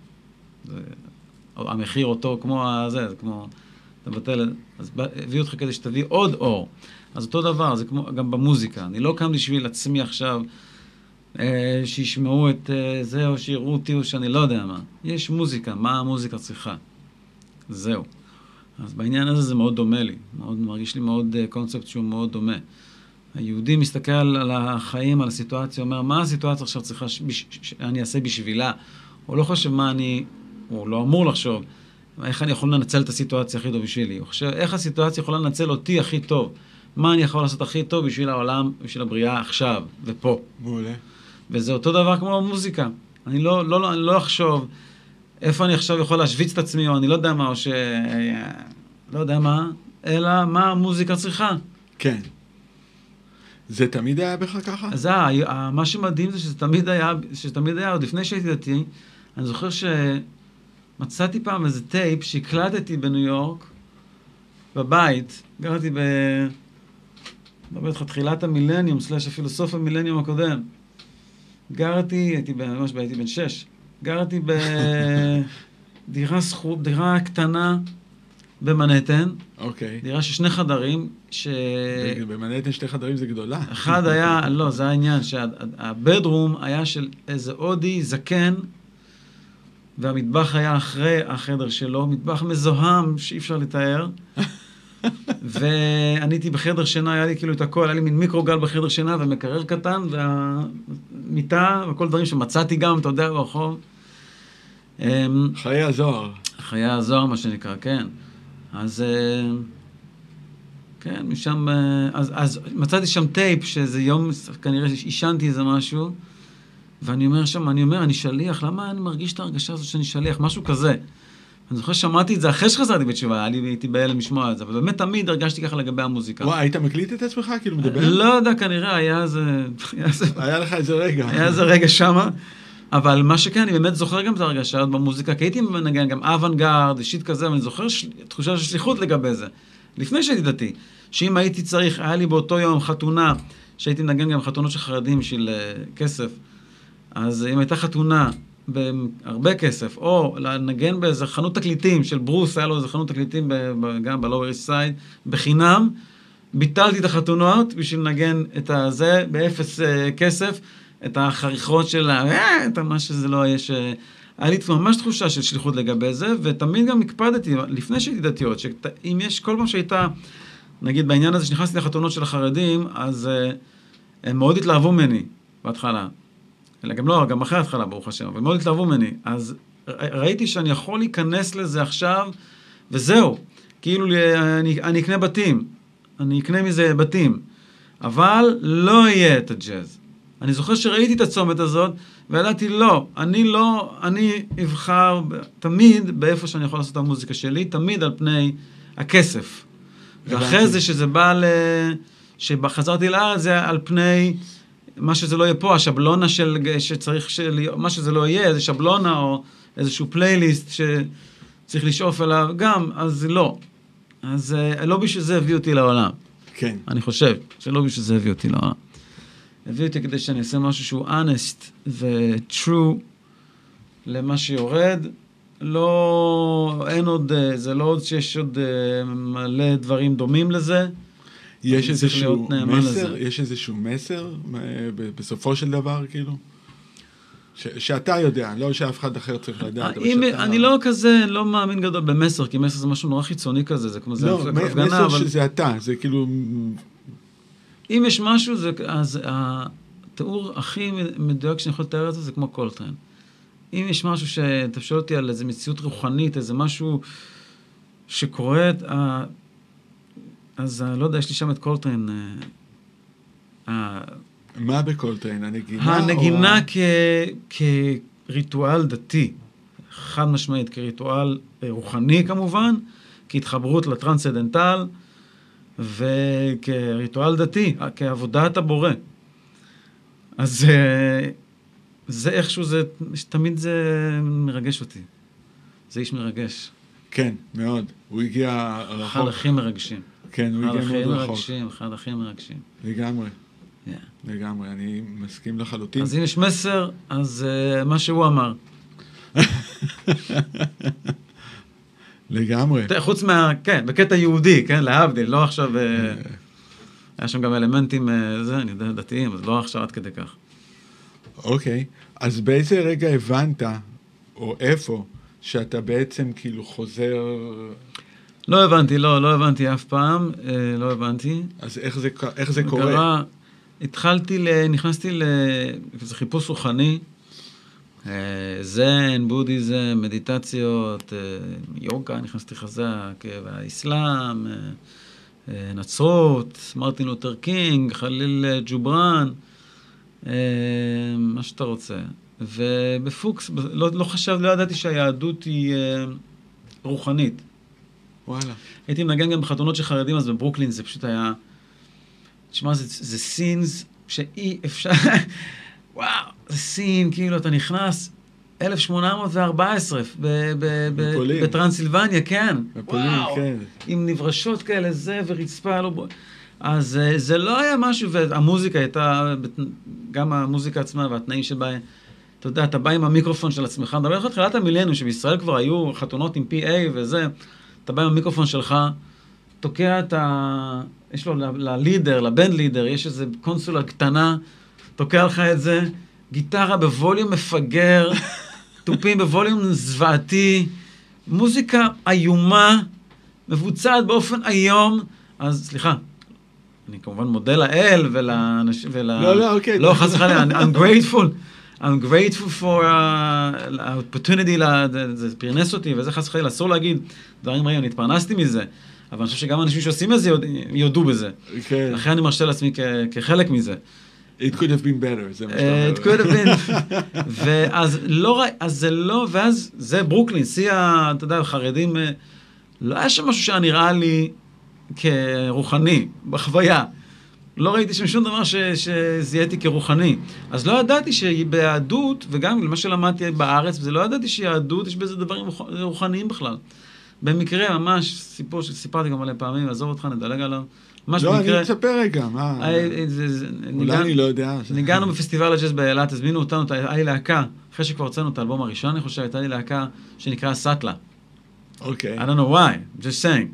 המחיר אותו כמו זה כמו, אתה בטל, אז הביאו אותך כדי שתביא עוד אור. אז אותו דבר, זה כמו גם במוזיקה. אני לא קם בשביל עצמי עכשיו, שישמעו את זה, או שיראו אותי, או שאני לא יודע מה. יש מוזיקה, מה המוזיקה צריכה? זהו. אז בעניין הזה זה מאוד דומה לי. מרגיש לי מאוד קונספט שהוא מאוד דומה. היהודי מסתכל על החיים, על הסיטואציה, אומר, מה הסיטואציה עכשיו צריכה שאני אעשה בשבילה? הוא לא חושב הוא לא אמור לחשוב, איך אני יכול לנצל את הסיטואציה הכי טוב בשבילי? הוא חושב, איך הסיטואציה יכולה לנצל אותי הכי טוב? מה אני יכול לעשות הכי טוב בשביל העולם, בשביל הבריאה עכשיו ופה? מעולה. וזה אותו דבר כמו במוזיקה. אני לא אחשוב איפה אני עכשיו יכול להשוויץ את עצמי, או אני לא יודע מה, לא יודע מה, אלא מה המוזיקה צריכה. כן. זה תמיד היה בך ככה? אז מה שמדהים זה שזה תמיד היה, עוד לפני שהייתי דתי, אני זוכר שמצאתי פעם איזה טייפ שהקלטתי בניו יורק, בבית, גרתי בבית תחילת המילניום, אפילו סוף המילניום הקודם. הייתי בן 6, גרתי בדירה קטנה במנהטן. אוקיי. דירה של 2 חדרים, במנהטן 2 חדרים זה גדולה. אחד היה, לא, זה העניין, שהבדרום היה של איזה הודי זקן, והמטבח היה אחרי החדר שלו, מטבח מזוהם שאי אפשר לתאר, ואני הייתי בחדר שינה, היה לי כאילו את הכל, היה לי מין מיקרוגל בחדר שינה, ומקרר קטן, והמיטה, וכל דברים שמצאתי גם, אתה יודע, ברחוב. חיי הזוהר. חיי הזוהר, מה שנקרא, כן. אז כן, משם, אז מצאתי שם טייפ, שזה יום, כנראה אישנתי איזה משהו, ואני אומר שם, אני שליח, למה אני מרגיש את ההרגשה הזאת שאני שליח? משהו כזה. אני זוכר ששמעתי את זה אחרי שחזרתי בתשובה, הייתי בהלם לשמוע את זה, אבל באמת תמיד הרגשתי ככה לגבי המוזיקה. וואי, היית מקליט את עצמך? כאילו מדבר? לא יודע, כנראה, היה לך איזה רגע. היה איזה רגע שמה, אבל מה שכן, אני באמת זוכר גם את ההרגשה במוזיקה, כי הייתי מנגן גם אוונגרד, שיט כזה, ואני זוכר תחושה של שליחות לגבי זה, לפני שהייתי דתי, שאם הייתי צריך, היה לי באותו יום חתונה, שהייתי מנגן גם חתונות של חרדים של כסף, אז אם הייתה חתונה בהרבה כסף, או לנגן באיזה חנות תקליטים של ברוס, היה לו איזה חנות תקליטים גם בלואוור איסט סייד, בחינם, ביטלתי את החתונות בשביל לנגן את זה באפס כסף, את החריכות של את מה שזה לא היה, היה לי ממש תחושה של שליחות לגבי זה, ותמיד גם הקפדתי, לפני שהייתי דתיות, שאם יש כל פעם שהייתה, נגיד בעניין הזה שנכנסתי לחתונות של החרדים, אז הם מאוד התלהבו ממני בהתחלה. אלא גם לא, גם אחרי ההתחלה, ברוך השם, אבל מאוד התלהבו ממני. אז ראיתי שאני יכול להיכנס לזה עכשיו, וזהו. כאילו, אני אקנה בתים. אני אקנה מזה בתים. אבל לא יהיה את הג'אז. אני זוכר שראיתי את הצומת הזאת, וידעתי, אני אבחר תמיד באיפה שאני יכול לעשות את המוזיקה שלי, תמיד על פני הכסף. ואחרי זה שזה בא שחזרתי לארץ, זה על פני מה שזה לא יהיה פה, השבלונה שצריך, מה שזה לא יהיה, איזה שבלונה או איזשהו פלייליסט שצריך לשאוף אליו, גם, אז לא. אז לא בשביל זה הביא אותי לעולם. כן. אני חושב שלא בשביל זה הביא אותי לעולם. הביא אותי כדי שאני אעשה משהו שהוא honest ו-true למה שיורד. לא, אין עוד, זה לא עוד שיש עוד מלא דברים דומים לזה. יש איזשהו מסר בסופו של דבר, כאילו? שאתה יודע, לא שאף אחד אחר צריך לדעת. אני לא כזה, לא מאמין גדול במסר, כי מסר זה משהו נורא חיצוני כזה, זה כמו זה הפגנה. לא, מסר שזה אתה, זה כאילו... אם יש משהו, אז התיאור הכי מדויק שאני יכול לתאר את זה, זה כמו קולטריין. אם יש משהו שאתה שואל אותי על איזו מציאות רוחנית, איזה משהו שקורה, אז לא יודע, יש לי שם את קולטריין. מה בקולטריין? הנגינה? הנגינה כריטואל דתי, חד משמעית, כריטואל רוחני כמובן, כהתחברות לטרנסצנדנטל, וכריטואל דתי, כעבודת הבורא. אז זה איכשהו, תמיד זה מרגש אותי. זה איש מרגש. כן, מאוד. הוא הגיע רחוק. אחד הכי מרגשים. כן, הוא הגיע מאוד רחוק. אחד הכי מרגשים. לגמרי. לגמרי, אני מסכים לחלוטין. אז אם יש מסר, אז מה שהוא אמר. לגמרי. חוץ כן, בקטע יהודי, כן, להבדיל, לא עכשיו, היה שם גם אלמנטים, אני יודע, דתיים, אז לא עכשיו עד כדי כך. אוקיי, אז באיזה רגע הבנת, או איפה, שאתה בעצם כאילו חוזר... לא הבנתי אף פעם, לא הבנתי. אז איך זה קורה? נכנסתי לאיזה חיפוש רוחני, זן, בודהיזם, מדיטציות, יוגה, נכנסתי חזק, והאסלאם, נצרות, מרטין לותר קינג, חליל ג'וברן, מה שאתה רוצה. ובפוקס, לא ידעתי שהיהדות היא רוחנית. וואלה. הייתי מנגן גם בחתונות של חרדים, אז בברוקלין זה פשוט היה... תשמע, זה סינס שאי אפשר... וואו, זה סין, כאילו, אתה נכנס 1814 בטרנסילבניה, כן. בפולין, כן. עם נברשות כאלה, זה ורצפה, לא... אז זה לא היה משהו, והמוזיקה הייתה, גם המוזיקה עצמה והתנאים שבה, אתה יודע, אתה בא עם המיקרופון של עצמך, מדבר לך תחילת המילניום, שבישראל כבר היו חתונות עם PA וזה, אתה בא עם המיקרופון שלך, תוקע את יש לו ללידר, לבנד לידר, יש איזו קונסולה קטנה, תוקע לך את זה, גיטרה בווליום מפגר, טופים בווליום זוועתי, מוזיקה איומה, מבוצעת באופן היום, אז סליחה, אני כמובן מודה לאל ולאנשים, לא, אוקיי. לא, חס וחלילה, I'm grateful for opportunity, זה פרנס אותי, וזה חס וחלילה, אסור להגיד דברים רעים, אני התפרנסתי מזה, אבל אני חושב שגם אנשים שעושים את זה יודו בזה. כן. לכן אני מרשה לעצמי כחלק מזה. It could have been better, זה מה שאתה אומר. It could have been. ואז לא, אז זה לא, ואז זה ברוקלין, אתה יודע, חרדים, לא היה שם משהו שהיה נראה לי כרוחני, בחוויה. לא ראיתי שם שום דבר שזיהיתי כרוחני. אז לא ידעתי שביהדות, וגם למה שלמדתי בארץ, וזה לא ידעתי שיהדות, יש בזה דברים רוחניים בכלל. במקרה, ממש, סיפור שסיפרתי גם עליהם פעמים, עזוב אותך, נדלג עליו. לא, אני אצפה רגע, מה? אולי אני לא יודע. ניגענו בפסטיבל הג'אז באילת, הזמינו אותנו, היה לי להקה, אחרי שכבר הוצאנו את האלבום הראשון, אני חושב, הייתה לי להקה שנקרא סאטלה. אוקיי. I don't know why, just saying.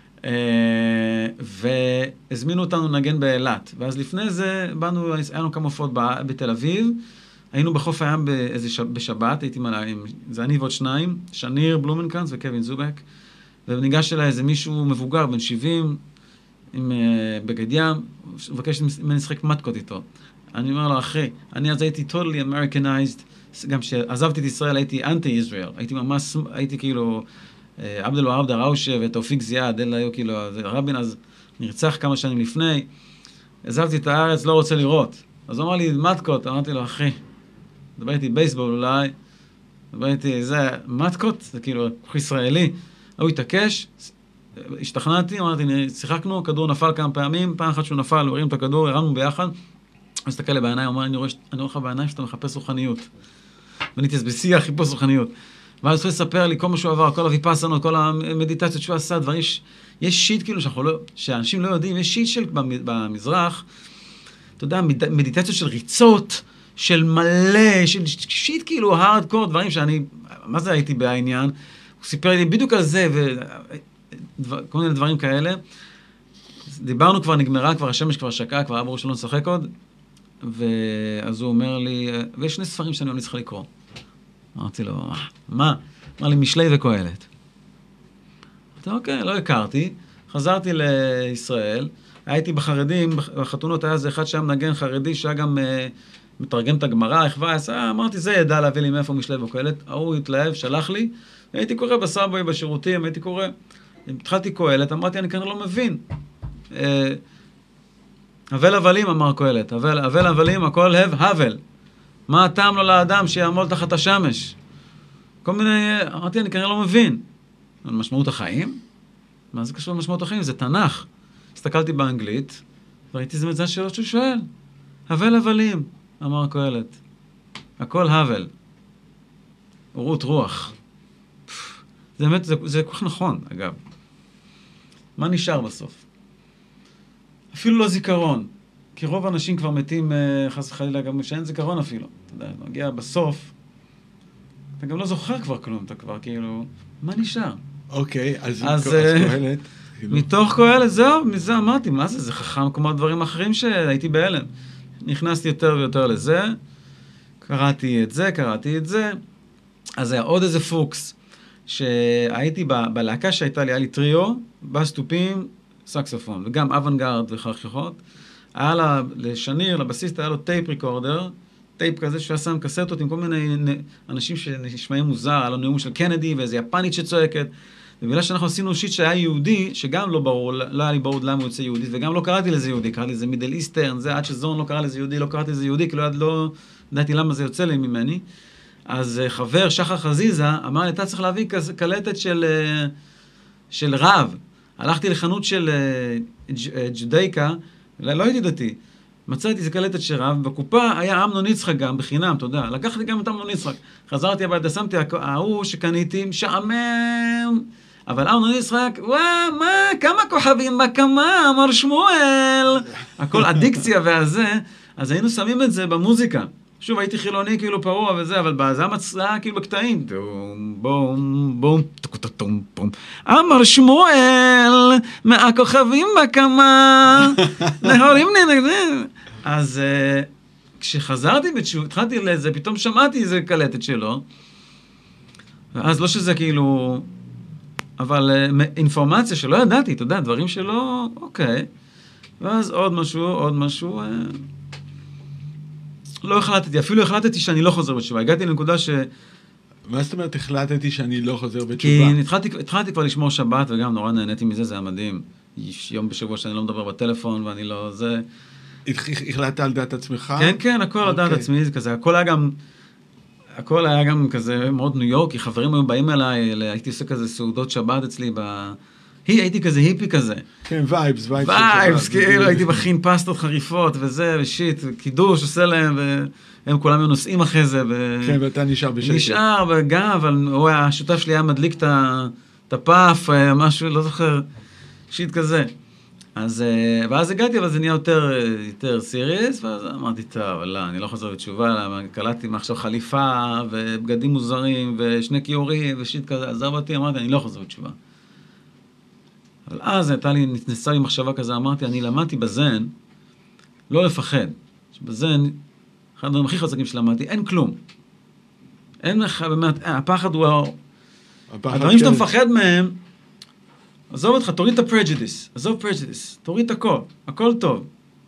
והזמינו אותנו לנגן באילת. ואז לפני זה, היה לנו כמה הופעות בתל אביב, היינו בחוף הים בשבת, הייתי עם זה אני ועוד שניים, שניר בלומנקרנץ וקווין זובק, וניגש אליי איזה מישהו מבוגר, בן 70, עם בגד ים, מבקש ממני לשחק מתקות איתו. אני אומר לו, אחי, אני אז הייתי totally Americanized, גם כשעזבתי את ישראל הייתי אנטי-ישראל, הייתי כאילו, עבד אל-והאב דראושה ותאופיק זיאד, אלה היו כאילו, רבין אז נרצח כמה שנים לפני, עזבתי את הארץ, לא רוצה לראות. אז הוא אמר לי, מתקות, אמרתי לו, אחי, דבר איתי בייסבול אולי, דבר איתי, זה מתקות, זה כאילו, ישראלי, הוא התעקש, השתכנעתי, אמרתי, שיחקנו, הכדור נפל כמה פעמים, פעם אחת שהוא נפל, הוא הרים את הכדור, הרמנו ביחד, הוא מסתכל לי בעיניים, הוא אומר, אני רואה לך בעיניים שאתה מחפש רוחניות. ואני הייתי בשיא חיפוש רוחניות. ואז הוא לספר לי כל מה שהוא עבר, כל הוויפאסנות, כל המדיטציות שהוא עשה, דברים, יש שיט כאילו שאנשים לא יודעים, יש שיט של במזרח, אתה יודע, מדיטציות של ריצות, של מלא, של שיט כאילו הארדקור, דברים שאני, מה זה הייתי בעניין? הוא סיפר לי בדיוק על זה, וכל מיני דברים כאלה. דיברנו כבר, נגמרה, כבר השמש כבר שקעה, כבר היה ברור שלא נשחק עוד, ואז הוא אומר לי, ויש שני ספרים שאני לא צריכה לקרוא. אמרתי לו, מה? אמר לי, משלי וקהלת. אמרתי, אוקיי, לא הכרתי. חזרתי לישראל, הייתי בחרדים, בחתונות היה זה אחד שהיה מנגן חרדי, שהיה גם מתרגם את הגמרא, החווה, אמרתי, זה ידע להביא לי מאיפה משלי וקהלת. הוא התלהב, שלח לי, הייתי קורא בסאבווי, בשירותים, הייתי קורא. התחלתי קהלת, אמרתי, אני כנראה לא מבין. הבל הבלים, אמר קהלת, הבל הבלים, הכל הבל. מה הטעם לו לאדם שיעמוד תחת השמש? כל מיני, אמרתי, אני כנראה לא מבין. משמעות החיים? מה זה קשור למשמעות החיים? זה תנ"ך. הסתכלתי באנגלית, וראיתי זה השאלות שהוא שואל. הבל הבלים, אמר קהלת. הכל הבל. אורות רוח. זה באמת, זה כל כך נכון, אגב. מה נשאר בסוף? אפילו לא זיכרון. כי רוב האנשים כבר מתים, חס וחלילה, גם שאין זיכרון אפילו. אתה יודע, מגיע בסוף, אתה גם לא זוכר כבר כלום, אתה כבר כאילו, מה נשאר? אוקיי, אז קהלת. מתוך קהלת, זהו, מזה אמרתי, מה זה? זה חכם כמו הדברים האחרים שהייתי בהלם. נכנסתי יותר ויותר לזה, קראתי את זה, אז היה עוד איזה פוקס, שהייתי בלהקה שהייתה לי, היה לי טריו, בסטופים, סקסופון, וגם אבנגרד וחככות. היה לה, לשניר, לבסיסט, היה לו טייפ ריקורדר, טייפ כזה שהיה שם קסטות עם כל מיני אנשים שנשמעים מוזר, היה לו נאום של קנדי ואיזה יפנית שצועקת, ובגלל שאנחנו עשינו שיט שהיה יהודי, שגם לא ברור, לא היה לי ברור למה הוא יוצא יהודי, וגם לא קראתי לזה יהודי, קראתי לזה מידל איסטרן, זה עד שזון לא קרא לזה יהודי, לא קראתי לזה יהודי, כי לא ידעתי למה זה יוצא לי ממני. אז חבר, שחר חזיזה, אמר לי, אתה צריך להביא קלטת של רב. הלכתי לחנות של ג'דייקה, לא הייתי דתי. מצאתי איזה קלטת של רב, בקופה היה אמנון יצחק גם, בחינם, תודה. לקחתי גם את אמנון יצחק. חזרתי הביתה, שמתי ההוא שקניתי, משעמם. אבל אמנון יצחק, וואו, מה, כמה כוכבים בקמה, אמר שמואל. הכל אדיקציה והזה, אז היינו שמים את זה במוזיקה. שוב, הייתי חילוני כאילו פרוע וזה, אבל זה המצאה כאילו בקטעים. בום, בום, טום, בום. אמר שמואל, מהכוכבים בקמה, נהורים נגדם. אז כשחזרתי התחלתי לזה, פתאום שמעתי איזה קלטת שלו, ואז לא שזה כאילו, אבל אינפורמציה שלא ידעתי, אתה יודע, דברים שלא, אוקיי. ואז עוד משהו, לא החלטתי, אפילו החלטתי שאני לא חוזר בתשובה. הגעתי לנקודה מה זאת אומרת החלטתי שאני לא חוזר בתשובה? כי התחלתי כבר לשמור שבת, וגם נורא נהניתי מזה, זה היה מדהים. יום בשבוע שאני לא מדבר בטלפון, ואני לא זה. החלטת על דעת עצמך? כן, כן, הכל על דעת עצמי, זה כזה, הכל היה גם כזה מאוד ניו יורקי, חברים היו באים אליי, הייתי עושה כזה סעודות שבת אצלי, הייתי כזה היפי כזה. כן, וייבס, כאילו הייתי מכין פסטות חריפות וזה, ושיט, קידוש עושה להם, והם כולם נוסעים אחרי זה. כן, ואתה נשאר בשקט. נשאר, וגם, אבל השותף שלי היה מדליק את הפאף, משהו, לא זוכר, שיט כזה. ואז הגעתי, אבל זה נהיה יותר סיריוס, ואז אמרתי, טוב, לא, אני לא חוזר בתשובה, קלטתי מעכשיו חליפה, ובגדים מוזרים, ושני כיורים, ושיט כזה, אז אמרתי, אני לא חוזר בתשובה. אבל אז נתנסה לי מחשבה כזה, אמרתי, אני למדתי בזן, לא לפחד. בזן, אחד הדברים הכי חזקים שלמדתי, אין כלום. אין לך, באמת, הפחד הוא... הדברים שאתה מפחד מהם, עזוב אותך, תוריד את הפרג'דיס, תוריד את הכל טוב.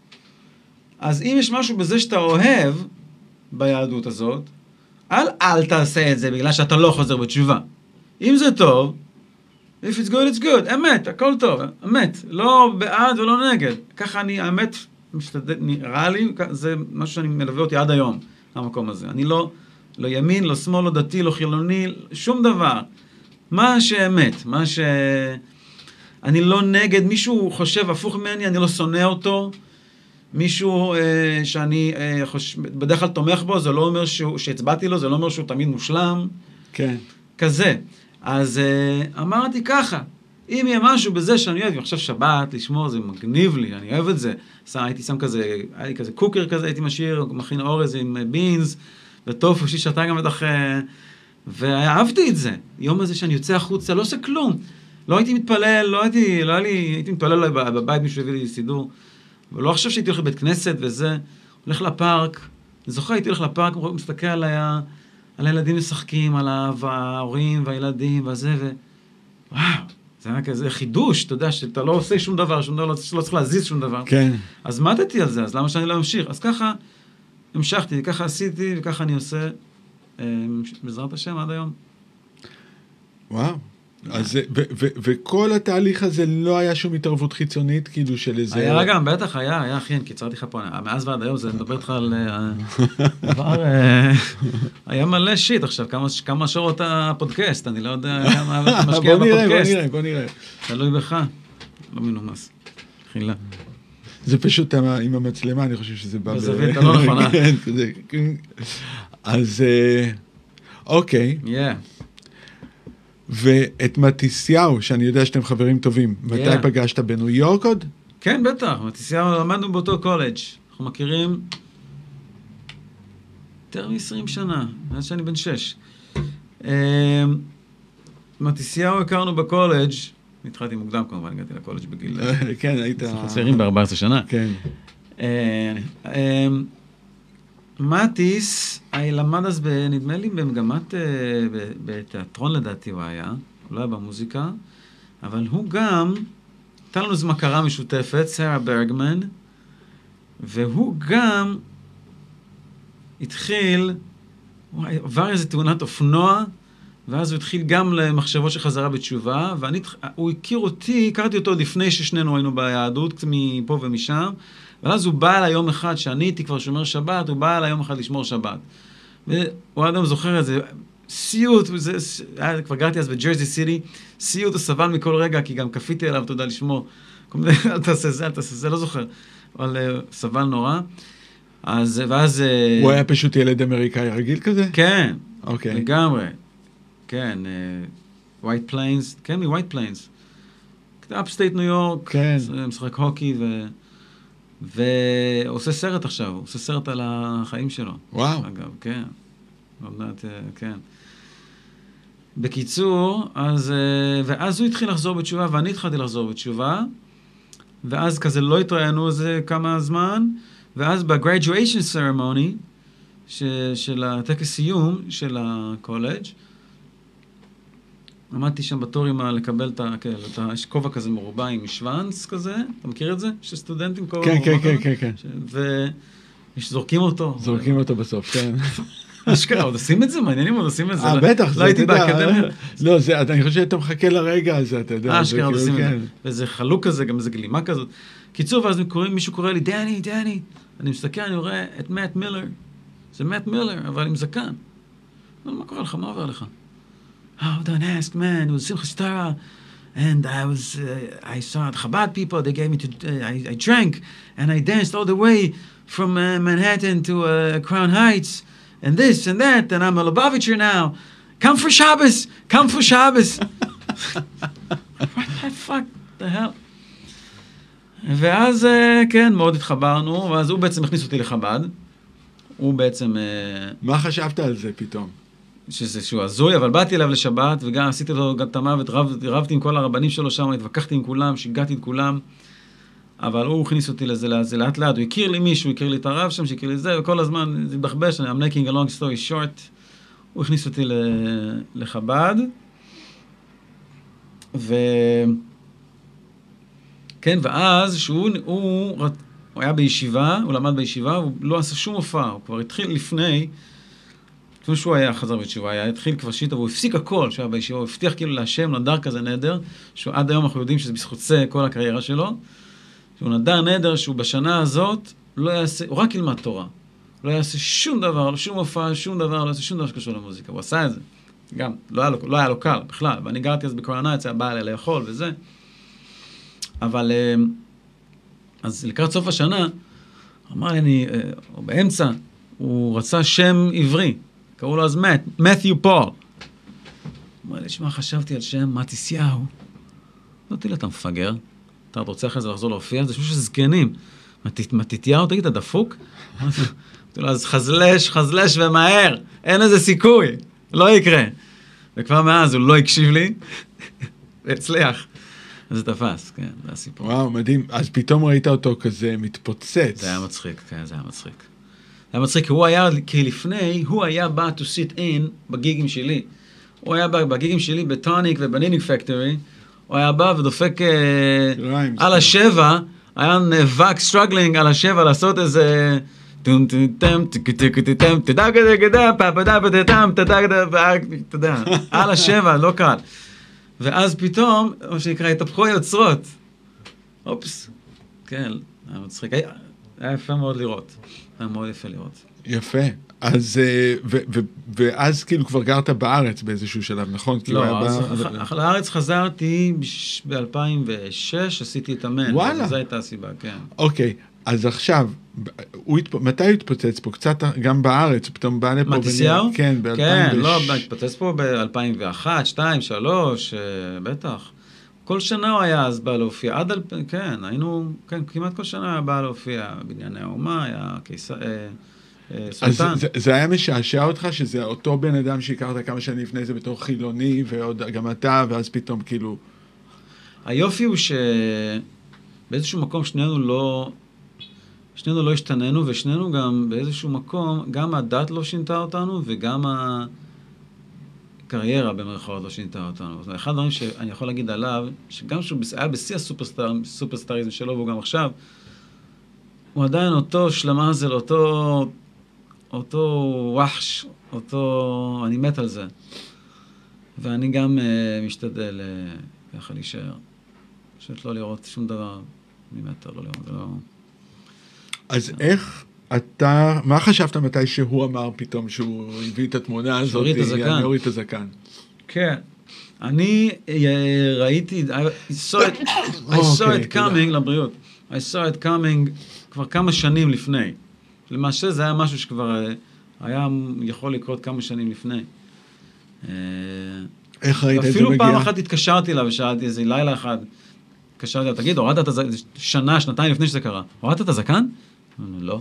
אז אם יש משהו בזה שאתה אוהב, ביהדות הזאת, אל תעשה את זה, בגלל שאתה לא חוזר בתשובה. אם זה טוב, if it's good, it's good, אמת, הכל טוב, אמת, לא בעד ולא נגד. ככה האמת, נראה לי, זה משהו שאני מלווה אותי עד היום, המקום הזה. אני לא ימין, לא שמאל, לא דתי, לא חילוני, שום דבר. מה שאמת, אני לא נגד, מישהו חושב הפוך ממני, אני לא שונא אותו, מישהו שאני בדרך כלל תומך בו, זה לא אומר שהצבעתי לו, זה לא אומר שהוא תמיד מושלם. כן. כזה. אז אמרתי ככה, אם יהיה משהו בזה שאני אוהב, עכשיו שבת, לשמור, זה מגניב לי, אני אוהב את זה. הייתי שם כזה, היה לי כזה קוקר כזה, הייתי משאיר, מכין אורז עם בינס, וטוב, שעתיים גם בטח, ואהבתי את זה. יום הזה שאני יוצא החוצה, לא עושה כלום. לא הייתי מתפלל, הייתי מתפלל בבית, מישהו הביא לי סידור, ולא עכשיו שהייתי הולך לבית כנסת וזה, הולך לפארק, אני זוכר, הייתי הולך לפארק, מסתכל על הילדים משחקים, על ההורים והילדים וזה, וואו, זה היה כזה חידוש, אתה יודע, שאתה לא עושה שום דבר, לא צריך להזיז שום דבר. כן. אז מתתי על זה, אז למה שאני לא אמשיך? אז ככה המשכתי, ככה עשיתי, וככה אני עושה, בעזרת השם עד היום. וואו. אז, וכל התהליך הזה לא היה שום התערבות חיצונית, כאילו של איזה... היה גם, בטח, היה, אחי, קיצרתי לך פה, מאז ועד היום, זה מדבר איתך על דבר, היה מלא שיט עכשיו, כמה שעות הפודקאסט, אני לא יודע כמה משקיע בפודקאסט. בוא נראה. תלוי בך, לא מנומס, חילה. זה פשוט עם המצלמה, אני חושב שזה בא... בזווית הלא נכונה. אז, אוקיי. כן. ואת מתיסיהו, שאני יודע שאתם חברים טובים, מתי פגשת? בניו יורק עוד? כן, בטח. מתיסיהו, למדנו באותו קולג'. אנחנו מכירים יותר מ-20 שנה, מאז שאני בן 6. מתיסיהו הכרנו בקולג', התחלתי מוקדם כמובן, הגעתי לקולג' בגיל... כן, היית... צעירים ב-14 שנה. כן. מטיס, למד אז נדמה לי במגמת, בתיאטרון לדעתי הוא היה, הוא לא היה במוזיקה, אבל הוא גם, הייתה לנו איזו מכרה משותפת, סרה ברגמן, והוא גם התחיל, הוא עבר איזו תאונת אופנוע, ואז הוא התחיל גם למחשבות של חזרה בתשובה, והוא הכיר אותי, הכרתי אותו לפני ששנינו היינו ביהדות, מפה ומשם, ואז הוא בא אליי יום אחד, שאני הייתי כבר שומר שבת, הוא בא אליי יום אחד לשמור שבת. והוא אדם זוכר את זה, סיוט, כבר גרתי אז בג'רזי סיטי, סיוט הוא סבל מכל רגע, כי גם קפיתי אליו, תודה לשמור, אל תעשה זה, לא זוכר, אבל סבל נורא. ואז... הוא היה פשוט ילד אמריקאי רגיל כזה? כן, אוקיי. לגמרי. כן, ווייט פליינס, כן, מווייט פליינס. אפסטייט ניו יורק, כן. משחק הוקי ועושה סרט עכשיו, הוא עושה סרט על החיים שלו. וואו. אגב, כן. עוד מעט, כן. בקיצור, ואז הוא התחיל לחזור בתשובה, ואני התחלתי לחזור בתשובה, ואז כזה לא התראינו איזה כמה זמן, ואז ב-graduation ceremony, של הטקס סיום של הקולג', עמדתי שם בתור עם לקבל את יש כובע כזה מרובע עם שוונץ כזה, אתה מכיר את זה? יש סטודנטים כובע מרובע כזה? כן. וזורקים אותו. זורקים אותו בסוף, כן. אשכרה, עוד עושים את זה? מעניינים עוד עושים את זה. בטח, לא הייתי באקדמיה. לא, אני חושב שאתה מחכה לרגע הזה, אתה יודע. אשכרה, עוד עושים את זה. וזה חלוק כזה, גם איזה גלימה כזאת. קיצור, ואז מישהו קורא לי, דני, אני מסתכל, אני רואה את מאט מילר. זה מאט מילר, אבל עם זקן. מה קורה לך? מה עובר לך? Oh, don't ask, man. It was Simcha Stara. And I saw Chabad people. They gave me I drank and I danced all the way from Manhattan to Crown Heights and this and that. And I'm a Lubavitcher now. Come for Shabbos. Come for Shabbos. What the fuck? The hell? ואז, כן, מאוד התחברנו, ואז הוא בעצם הכניס אותי לחב"ד. הוא בעצם... מה חשבת על זה פתאום? שזה שהוא הזוי, אבל באתי אליו לשבת, וגם עשיתי לו גם את המוות, רבתי עם כל הרבנים שלו שם, התווכחתי עם כולם, שיגעתי את כולם, אבל הוא הכניס אותי לזה לאט לאט, הוא הכיר לי מישהו, הכיר לי את הרב שם, שהכיר לי זה, וכל הזמן זה התבחבש, I'm making a long story short, הוא הכניס אותי לחב"ד, כן, ואז שהוא היה בישיבה, הוא למד בישיבה, הוא לא עשה שום הופעה, הוא כבר התחיל לפני שהוא היה חזר בתשובה, התחיל כבר שיטה, והוא הפסיק הכל שהוא היה בישיבה, הוא הבטיח כאילו להשם, נדר כזה נדר, שהוא עד היום אנחנו יודעים שזה בזכות זה כל הקריירה שלו, שהוא נדר נדר שהוא בשנה הזאת לא יעשה, הוא רק ילמד תורה, לא יעשה שום דבר, לא שום הופעה, שום דבר, לא יעשה שום דבר שקשור למוזיקה, הוא עשה את זה, גם, לא היה לו קל בכלל, ואני גרתי אז בקורנאץ, היה בא אליי לאכול וזה, אבל, אז לקראת סוף השנה, אמר לי, או באמצע, הוא רצה שם עברי, קראו לו אז מת'יו פול. אמר לי, שמע, חשבתי על שם מתיסיהו. אמרתי לו, אתה מפגר? אתה רוצה אחרי זה לחזור להופיע? זה שזה זקנים. מתיתיהו, תגיד, אתה דפוק? אמרתי לו, אז חזלש ומהר. אין איזה סיכוי. לא יקרה. וכבר מאז הוא לא הקשיב לי, והצליח. אז זה תפס, כן, זה הסיפור. וואו, מדהים. אז פתאום ראית אותו כזה מתפוצץ. זה היה מצחיק, כן, זה היה מצחיק. זה היה מצחיק, כי לפני, הוא היה בא to sit in בגיגים שלי. הוא היה בא בגיגים שלי בטוניק ובניניק פקטורי, הוא היה בא ודופק על השבע, היה נאבק, סטרגלינג על השבע, לעשות איזה... על השבע, לא קל. ואז פתאום, מה שנקרא, התהפכו היוצרות. אופס. כן, היה מצחיק. היה יפה מאוד לראות. היה מאוד יפה לראות. יפה. אז, ואז כאילו כבר גרת בארץ באיזשהו שלב, נכון? לא, אז לארץ חזרתי ב-2006, עשיתי את אמן. וואלה. זו הייתה הסיבה, כן. אוקיי, אז עכשיו, מתי הוא התפוצץ פה? קצת גם בארץ, פתאום בא לפה... מתיסיהו? כן, ב-2006. כן, לא, התפוצץ פה ב-2001, 2002, 2003, בטח. כל שנה הוא היה אז בא להופיע, כן, היינו, כן, כמעט כל שנה היה בא להופיע, בבנייני האומה, היה סולטן. אז זה היה משעשע אותך, שזה אותו בן אדם שהכרת כמה שנים לפני זה בתור חילוני, ועוד גם אתה, ואז פתאום כאילו... היופי הוא שבאיזשהו מקום שנינו לא השתננו, ושנינו גם באיזשהו מקום, גם הדת לא שינתה אותנו, וגם הקריירה במרכאות לא שינתה אותנו. זאת אומרת, אחד הדברים שאני יכול להגיד עליו, שגם שהוא היה בשיא הסופרסטאריזם שלו, והוא גם עכשיו, הוא עדיין אותו שלמה הזה, אותו וחש, אני מת על זה. ואני גם משתדל ככה להישאר. פשוט לא לראות שום דבר ממטר, לא לראות, זה לא... אז איך אתה, מה חשבת מתי שהוא אמר פתאום שהוא הביא את התמונה הזאת? שהוריד את הזקן. הוריד את הזקן. כן. אני ראיתי, I saw it coming, לבריאות. I saw it coming כבר כמה שנים לפני. למעשה זה היה משהו שכבר היה יכול לקרות כמה שנים לפני. איך ראית את זה מגיע? אפילו פעם אחת התקשרתי לה ושאלתי איזה לילה אחד, התקשרתי לה, תגיד, הורדת את הזקן, שנתיים לפני שזה קרה, הורדת את הזקן? לא.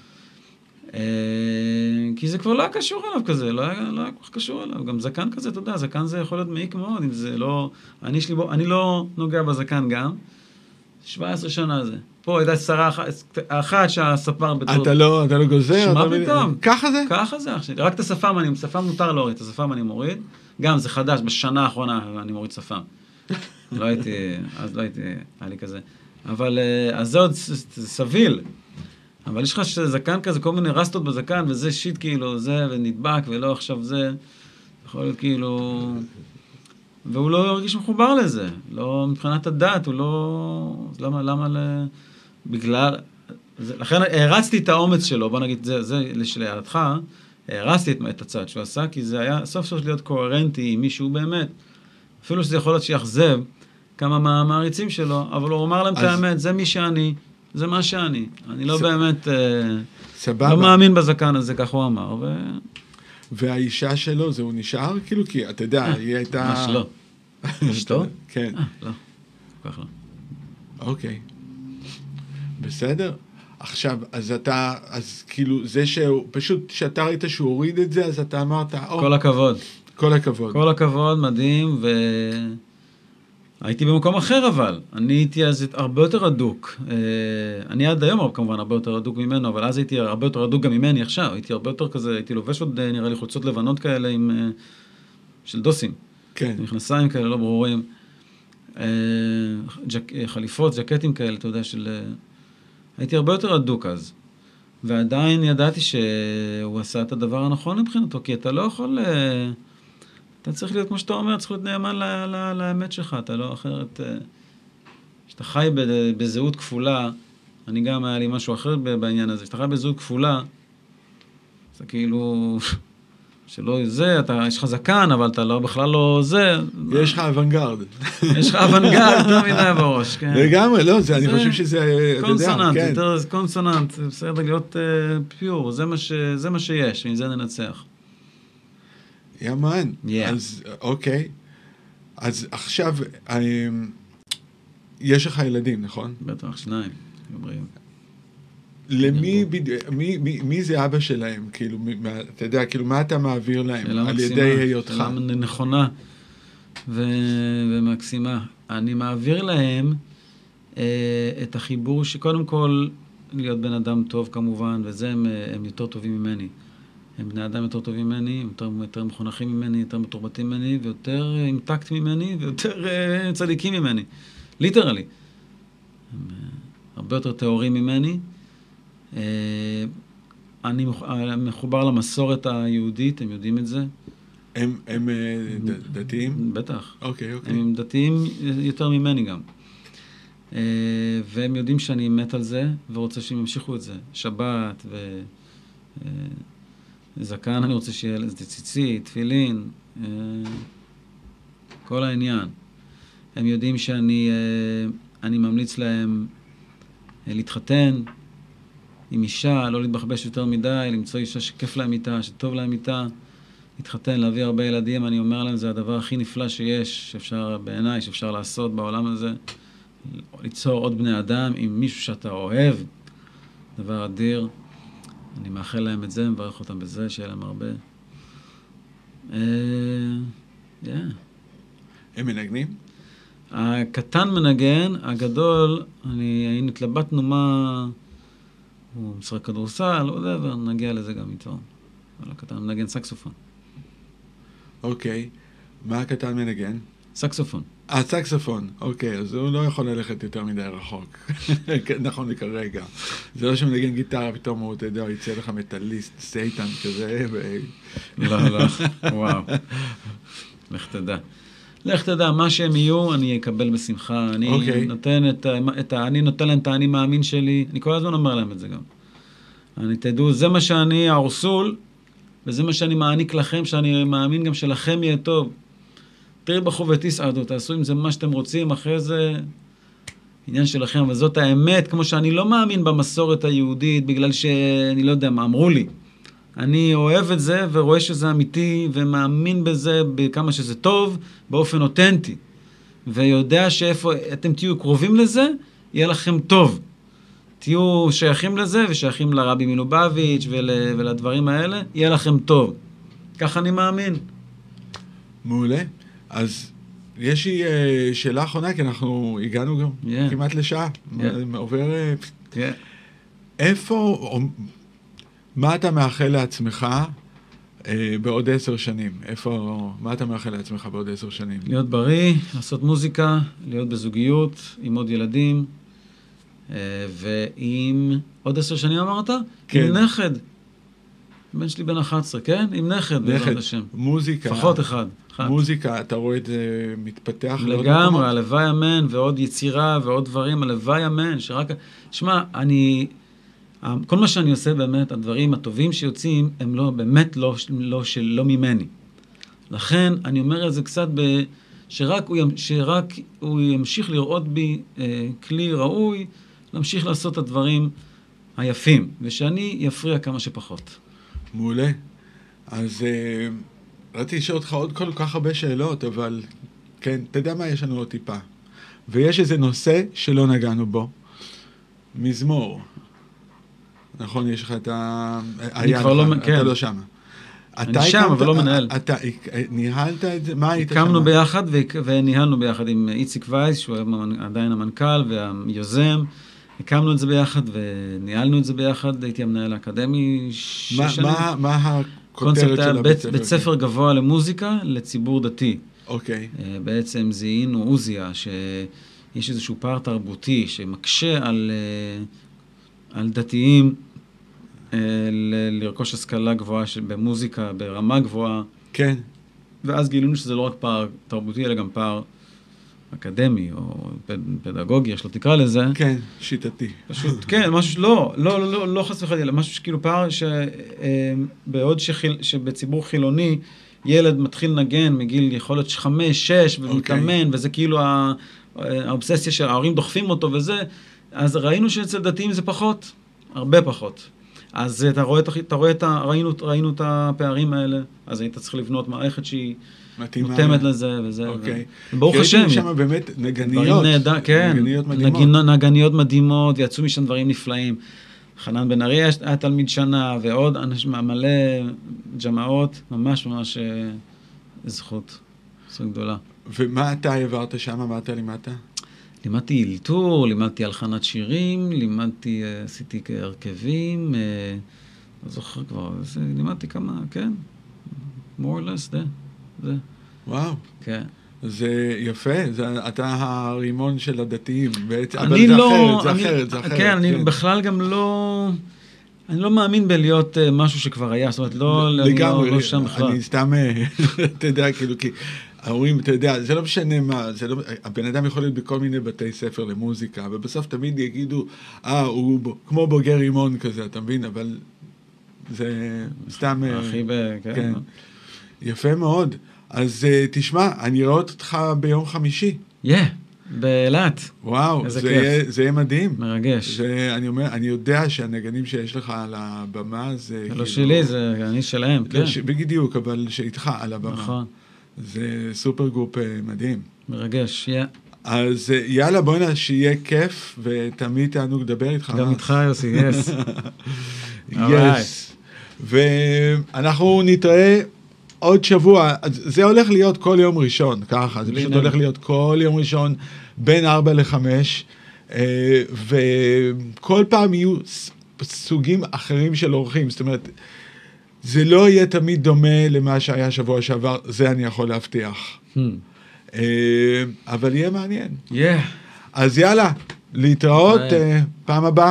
כי זה כבר לא היה קשור אליו כזה, לא היה כל כך קשור אליו. גם זקן כזה, אתה יודע, זקן זה יכול להיות מעיק מאוד, אם זה לא... אני לא נוגע בזקן גם. 17 שנה זה. פה הייתה שרה אחת שהספר בתור... אתה לא גוזר? שמה פתאום? ככה זה? ככה זה, אחי. רק את השפם מותר להוריד, את השפם אני מוריד. גם זה חדש, בשנה האחרונה אני מוריד שפם. לא הייתי, היה לי כזה. אבל, אז זה עוד סביל. אבל יש לך זקן כזה, כל מיני רסטות בזקן, וזה שיט כאילו, זה, ונדבק, ולא עכשיו זה, יכול להיות כאילו... והוא לא הרגיש מחובר לזה, לא מבחינת הדת, הוא לא... למה בגלל... לכן הרצתי את האומץ שלו, בוא נגיד, זה לשליעתך, הרצתי את הצד שהוא עשה, כי זה היה סוף סוף להיות קוהרנטי עם מישהו באמת, אפילו שזה יכול להיות שיחזב כמה מהמעריצים שלו, אבל הוא אמר להם את האמת, זה מי שאני, זה מה שאני. אני לא באמת, לא מאמין בזקן הזה, כך הוא אמר. והאישה שלו, זה הוא נשאר? כאילו, כי אתה יודע, היא הייתה... ממש לא. אשתו? כן. לא, כך לא. אוקיי. בסדר. עכשיו, אז כאילו, זה שהוא, פשוט, שאתה ראית שהוא הוריד את זה, אז אתה אמרת, כל הכבוד. כל הכבוד. כל הכבוד, מדהים, הייתי במקום אחר אבל, אני הייתי אז הרבה יותר הדוק, אני עד היום כמובן הרבה יותר הדוק ממנו, אבל אז הייתי הרבה יותר הדוק גם ממני עכשיו, הייתי הרבה יותר כזה, הייתי לובש עוד נראה לי חולצות לבנות כאלה של דוסים, כן. מכנסיים כאלה לא ברורים, חליפות, ג'קטים כאלה, אתה יודע, הייתי הרבה יותר הדוק אז, ועדיין ידעתי שהוא עשה את הדבר הנכון מבחינתו, כי אתה לא יכול... אתה צריך להיות, כמו שאתה אומר, צריך להיות נאמן לאמת שלך, אתה לא אחרת... כשאתה חי בזהות כפולה, אני גם היה לי משהו אחר בעניין הזה, כשאתה חי בזהות כפולה, זה כאילו... שלא זה, יש לך זקן, אבל אתה לא, בכלל לא זה. יש לך אוונגרד. יש לך אוונגרד, יותר מדי בראש, כן. לגמרי, לא, אני חושב שזה... קונסוננט, יותר קונסוננט, זה בסדר להיות פיור, זה מה שיש, מזה ננצח. יאמן. אז, אוקיי. אז עכשיו, יש לך ילדים, נכון? בטח, 2. מי זה אבא שלהם? כאילו, אתה יודע, כאילו, מה אתה מעביר להם על ידי היותך? שאלה נכונה ומקסימה. אני מעביר להם את החיבור שקודם כל להיות בן אדם טוב כמובן, וזה הם יותר טובים ממני. הם בני אדם יותר טובים ממני, יותר מחונכים ממני, יותר מתורבתים ממני, ויותר אימפקט ממני, ויותר צדיקים ממני. ליטרלי. הם הרבה יותר טהורים ממני. אני מחובר למסורת היהודית, הם יודעים את זה. הם דתיים? בטח. אוקיי. הם דתיים יותר ממני גם. והם יודעים שאני מת על זה, ורוצה שהם ימשיכו את זה. שבת זקן, אני רוצה שיהיה לזה ציצית, תפילין, כל העניין. הם יודעים שאני ממליץ להם להתחתן עם אישה, לא להתבחבש יותר מדי, למצוא אישה שכיף להם איתה, שטוב להם איתה, להתחתן, להביא הרבה ילדים. אני אומר להם, זה הדבר הכי נפלא שיש, שאפשר בעיניי, שאפשר לעשות בעולם הזה, ליצור עוד בני אדם עם מישהו שאתה אוהב, דבר אדיר. אני מאחל להם את זה, מברך אותם בזה, שיהיה להם הרבה. הם מנגנים? הקטן מנגן, הגדול, התלבטנו מה... הוא משחק כדורסל, לא יודע, ונגיע לזה גם איתו. אבל הקטן מנגן סקסופון. אוקיי. מה הקטן מנגן? סקסופון. סקסופון, אוקיי, אז הוא לא יכול ללכת יותר מדי רחוק. נכון לכרגע. זה לא שמנגן גיטרה, פתאום הוא, אתה יודע, יצא לך מטליסט, סייטן כזה, לא, וואו. לך תדע, מה שהם יהיו, אני אקבל בשמחה. אני נותן להם את האני מאמין שלי, אני כל הזמן אומר להם את זה גם. אני תדעו, זה מה שאני, האורסול, וזה מה שאני מעניק לכם, שאני מאמין גם שלכם יהיה טוב. תראי בחור ותסעדו, תעשו עם זה מה שאתם רוצים, אחרי זה עניין שלכם, אבל זאת האמת, כמו שאני לא מאמין במסורת היהודית, בגלל שאני לא יודע מה אמרו לי. אני אוהב את זה ורואה שזה אמיתי, ומאמין בזה בכמה שזה טוב, באופן אותנטי. ויודע שאיפה אתם תהיו קרובים לזה, יהיה לכם טוב. תהיו שייכים לזה, ושייכים לרבי מלובביץ' ולדברים האלה, יהיה לכם טוב. ככה אני מאמין. מעולה. אז יש לי שאלה אחרונה, כי אנחנו הגענו גם כמעט לשעה. עובר... איפה... מה אתה מאחל לעצמך בעוד 10 שנים? מה אתה מאחל לעצמך בעוד 10 שנים? להיות בריא, לעשות מוזיקה, להיות בזוגיות, עם עוד ילדים, ועם עוד 10 שנים אמרת? כן. עם נכד. בן שלי בן 11, כן? עם נכד, בעזרת השם. מוזיקה. לפחות אחד. מוזיקה, אתה רואה את זה מתפתח? לגמרי, הלוואי אמן, ועוד יצירה ועוד דברים, הלוואי אמן, שרק... שמע, כל מה שאני עושה באמת, הדברים הטובים שיוצאים, הם לא, באמת לא ממני. לכן, אני אומר את זה קצת שרק הוא ימשיך לראות בי כלי ראוי, להמשיך לעשות את הדברים היפים, ושאני יפריע כמה שפחות. מעולה. אז רציתי לשאול אותך עוד כל כך הרבה שאלות, אבל כן, אתה יודע מה, יש לנו עוד טיפה. ויש איזה נושא שלא נגענו בו. מזמור. נכון, יש לך את אני כבר לא, כן. אתה לא שם. אני שם, אבל לא מנהל. אתה ניהלת את זה? מה היית שם? הקמנו ביחד וניהלנו ביחד עם איציק וייס, שהוא עדיין המנכ"ל והיוזם. הקמנו את זה ביחד וניהלנו את זה ביחד. הייתי המנהל האקדמי 6 שנים. מה הכותרת של הבית ספר? בית ספר גבוה למוזיקה לציבור דתי. אוקיי. בעצם זיהינו אוזיה, שיש איזשהו פער תרבותי שמקשה על דתיים לרכוש השכלה גבוהה במוזיקה, ברמה גבוהה. כן. ואז גילינו שזה לא רק פער תרבותי, אלא גם פער אקדמי או פדגוגי, יש לו תקרא לזה. כן, שיטתי. פשוט, כן, משהו, לא חס וחלילה, משהו שכאילו פער שבעוד שבציבור חילוני, ילד מתחיל לנגן מגיל יכול להיות 5, 6 ומתאמן, וזה כאילו האובססיה של ההורים דוחפים אותו וזה, אז ראינו שאצל דתיים זה פחות, הרבה פחות. אז ראינו את הפערים האלה, אז היית צריך לבנות מערכת שהיא נותמת לזה וזה. ברוך השם. יש שם באמת נגניות. כן, נגניות מדהימות, ויצאו משם דברים נפלאים. חנן בן ארי היה תלמיד שנה, ועוד אנשים מלא ג'מאות, ממש זכות גדולה. ומה אתה העברת שם? מה אתה לימדת? לימדתי אלתור, לימדתי הלחנת שירים, עשיתי הרכבים, לא זוכר כבר, לימדתי כמה, כן, more or less, זה. וואו. כן. זה יפה, אתה הרימון של הדתיים, אבל זה אחרת. כן, אני בכלל גם אני לא מאמין בלהיות משהו שכבר היה, זאת אומרת, לא שם בכלל. אני סתם, אתה יודע, כאילו, כי ההורים, אתה יודע, זה לא משנה מה, הבן אדם יכול להיות בכל מיני בתי ספר למוזיקה, ובסוף תמיד יגידו, הוא כמו בוגר רימון כזה, אתה מבין, אבל זה סתם... כן. יפה מאוד. אז תשמע, אני רואה אותך ביום חמישי. באילת. וואו, זה יהיה מדהים. מרגש. אני יודע שהנגנים שיש לך על הבמה זה... לא שלי, זה אני שלהם, כן. בדיוק, אבל שאיתך על הבמה. נכון. זה סופר גרופ מדהים. מרגש, אז יאללה, בוא'נה, שיהיה כיף, ותמיד תענוג לדבר איתך. גם איתך, יוסי, יס. יס. ואנחנו נתראה עוד שבוע. זה הולך להיות כל יום ראשון, ככה. זה פשוט הולך להיות כל יום ראשון, בין 4 ל-5, וכל פעם יהיו סוגים אחרים של אורחים. זאת אומרת, זה לא יהיה תמיד דומה למה שהיה שבוע שעבר, זה אני יכול להבטיח. אבל יהיה מעניין. אז יאללה, להתראות פעם הבאה.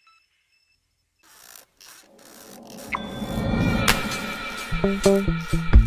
Thank you.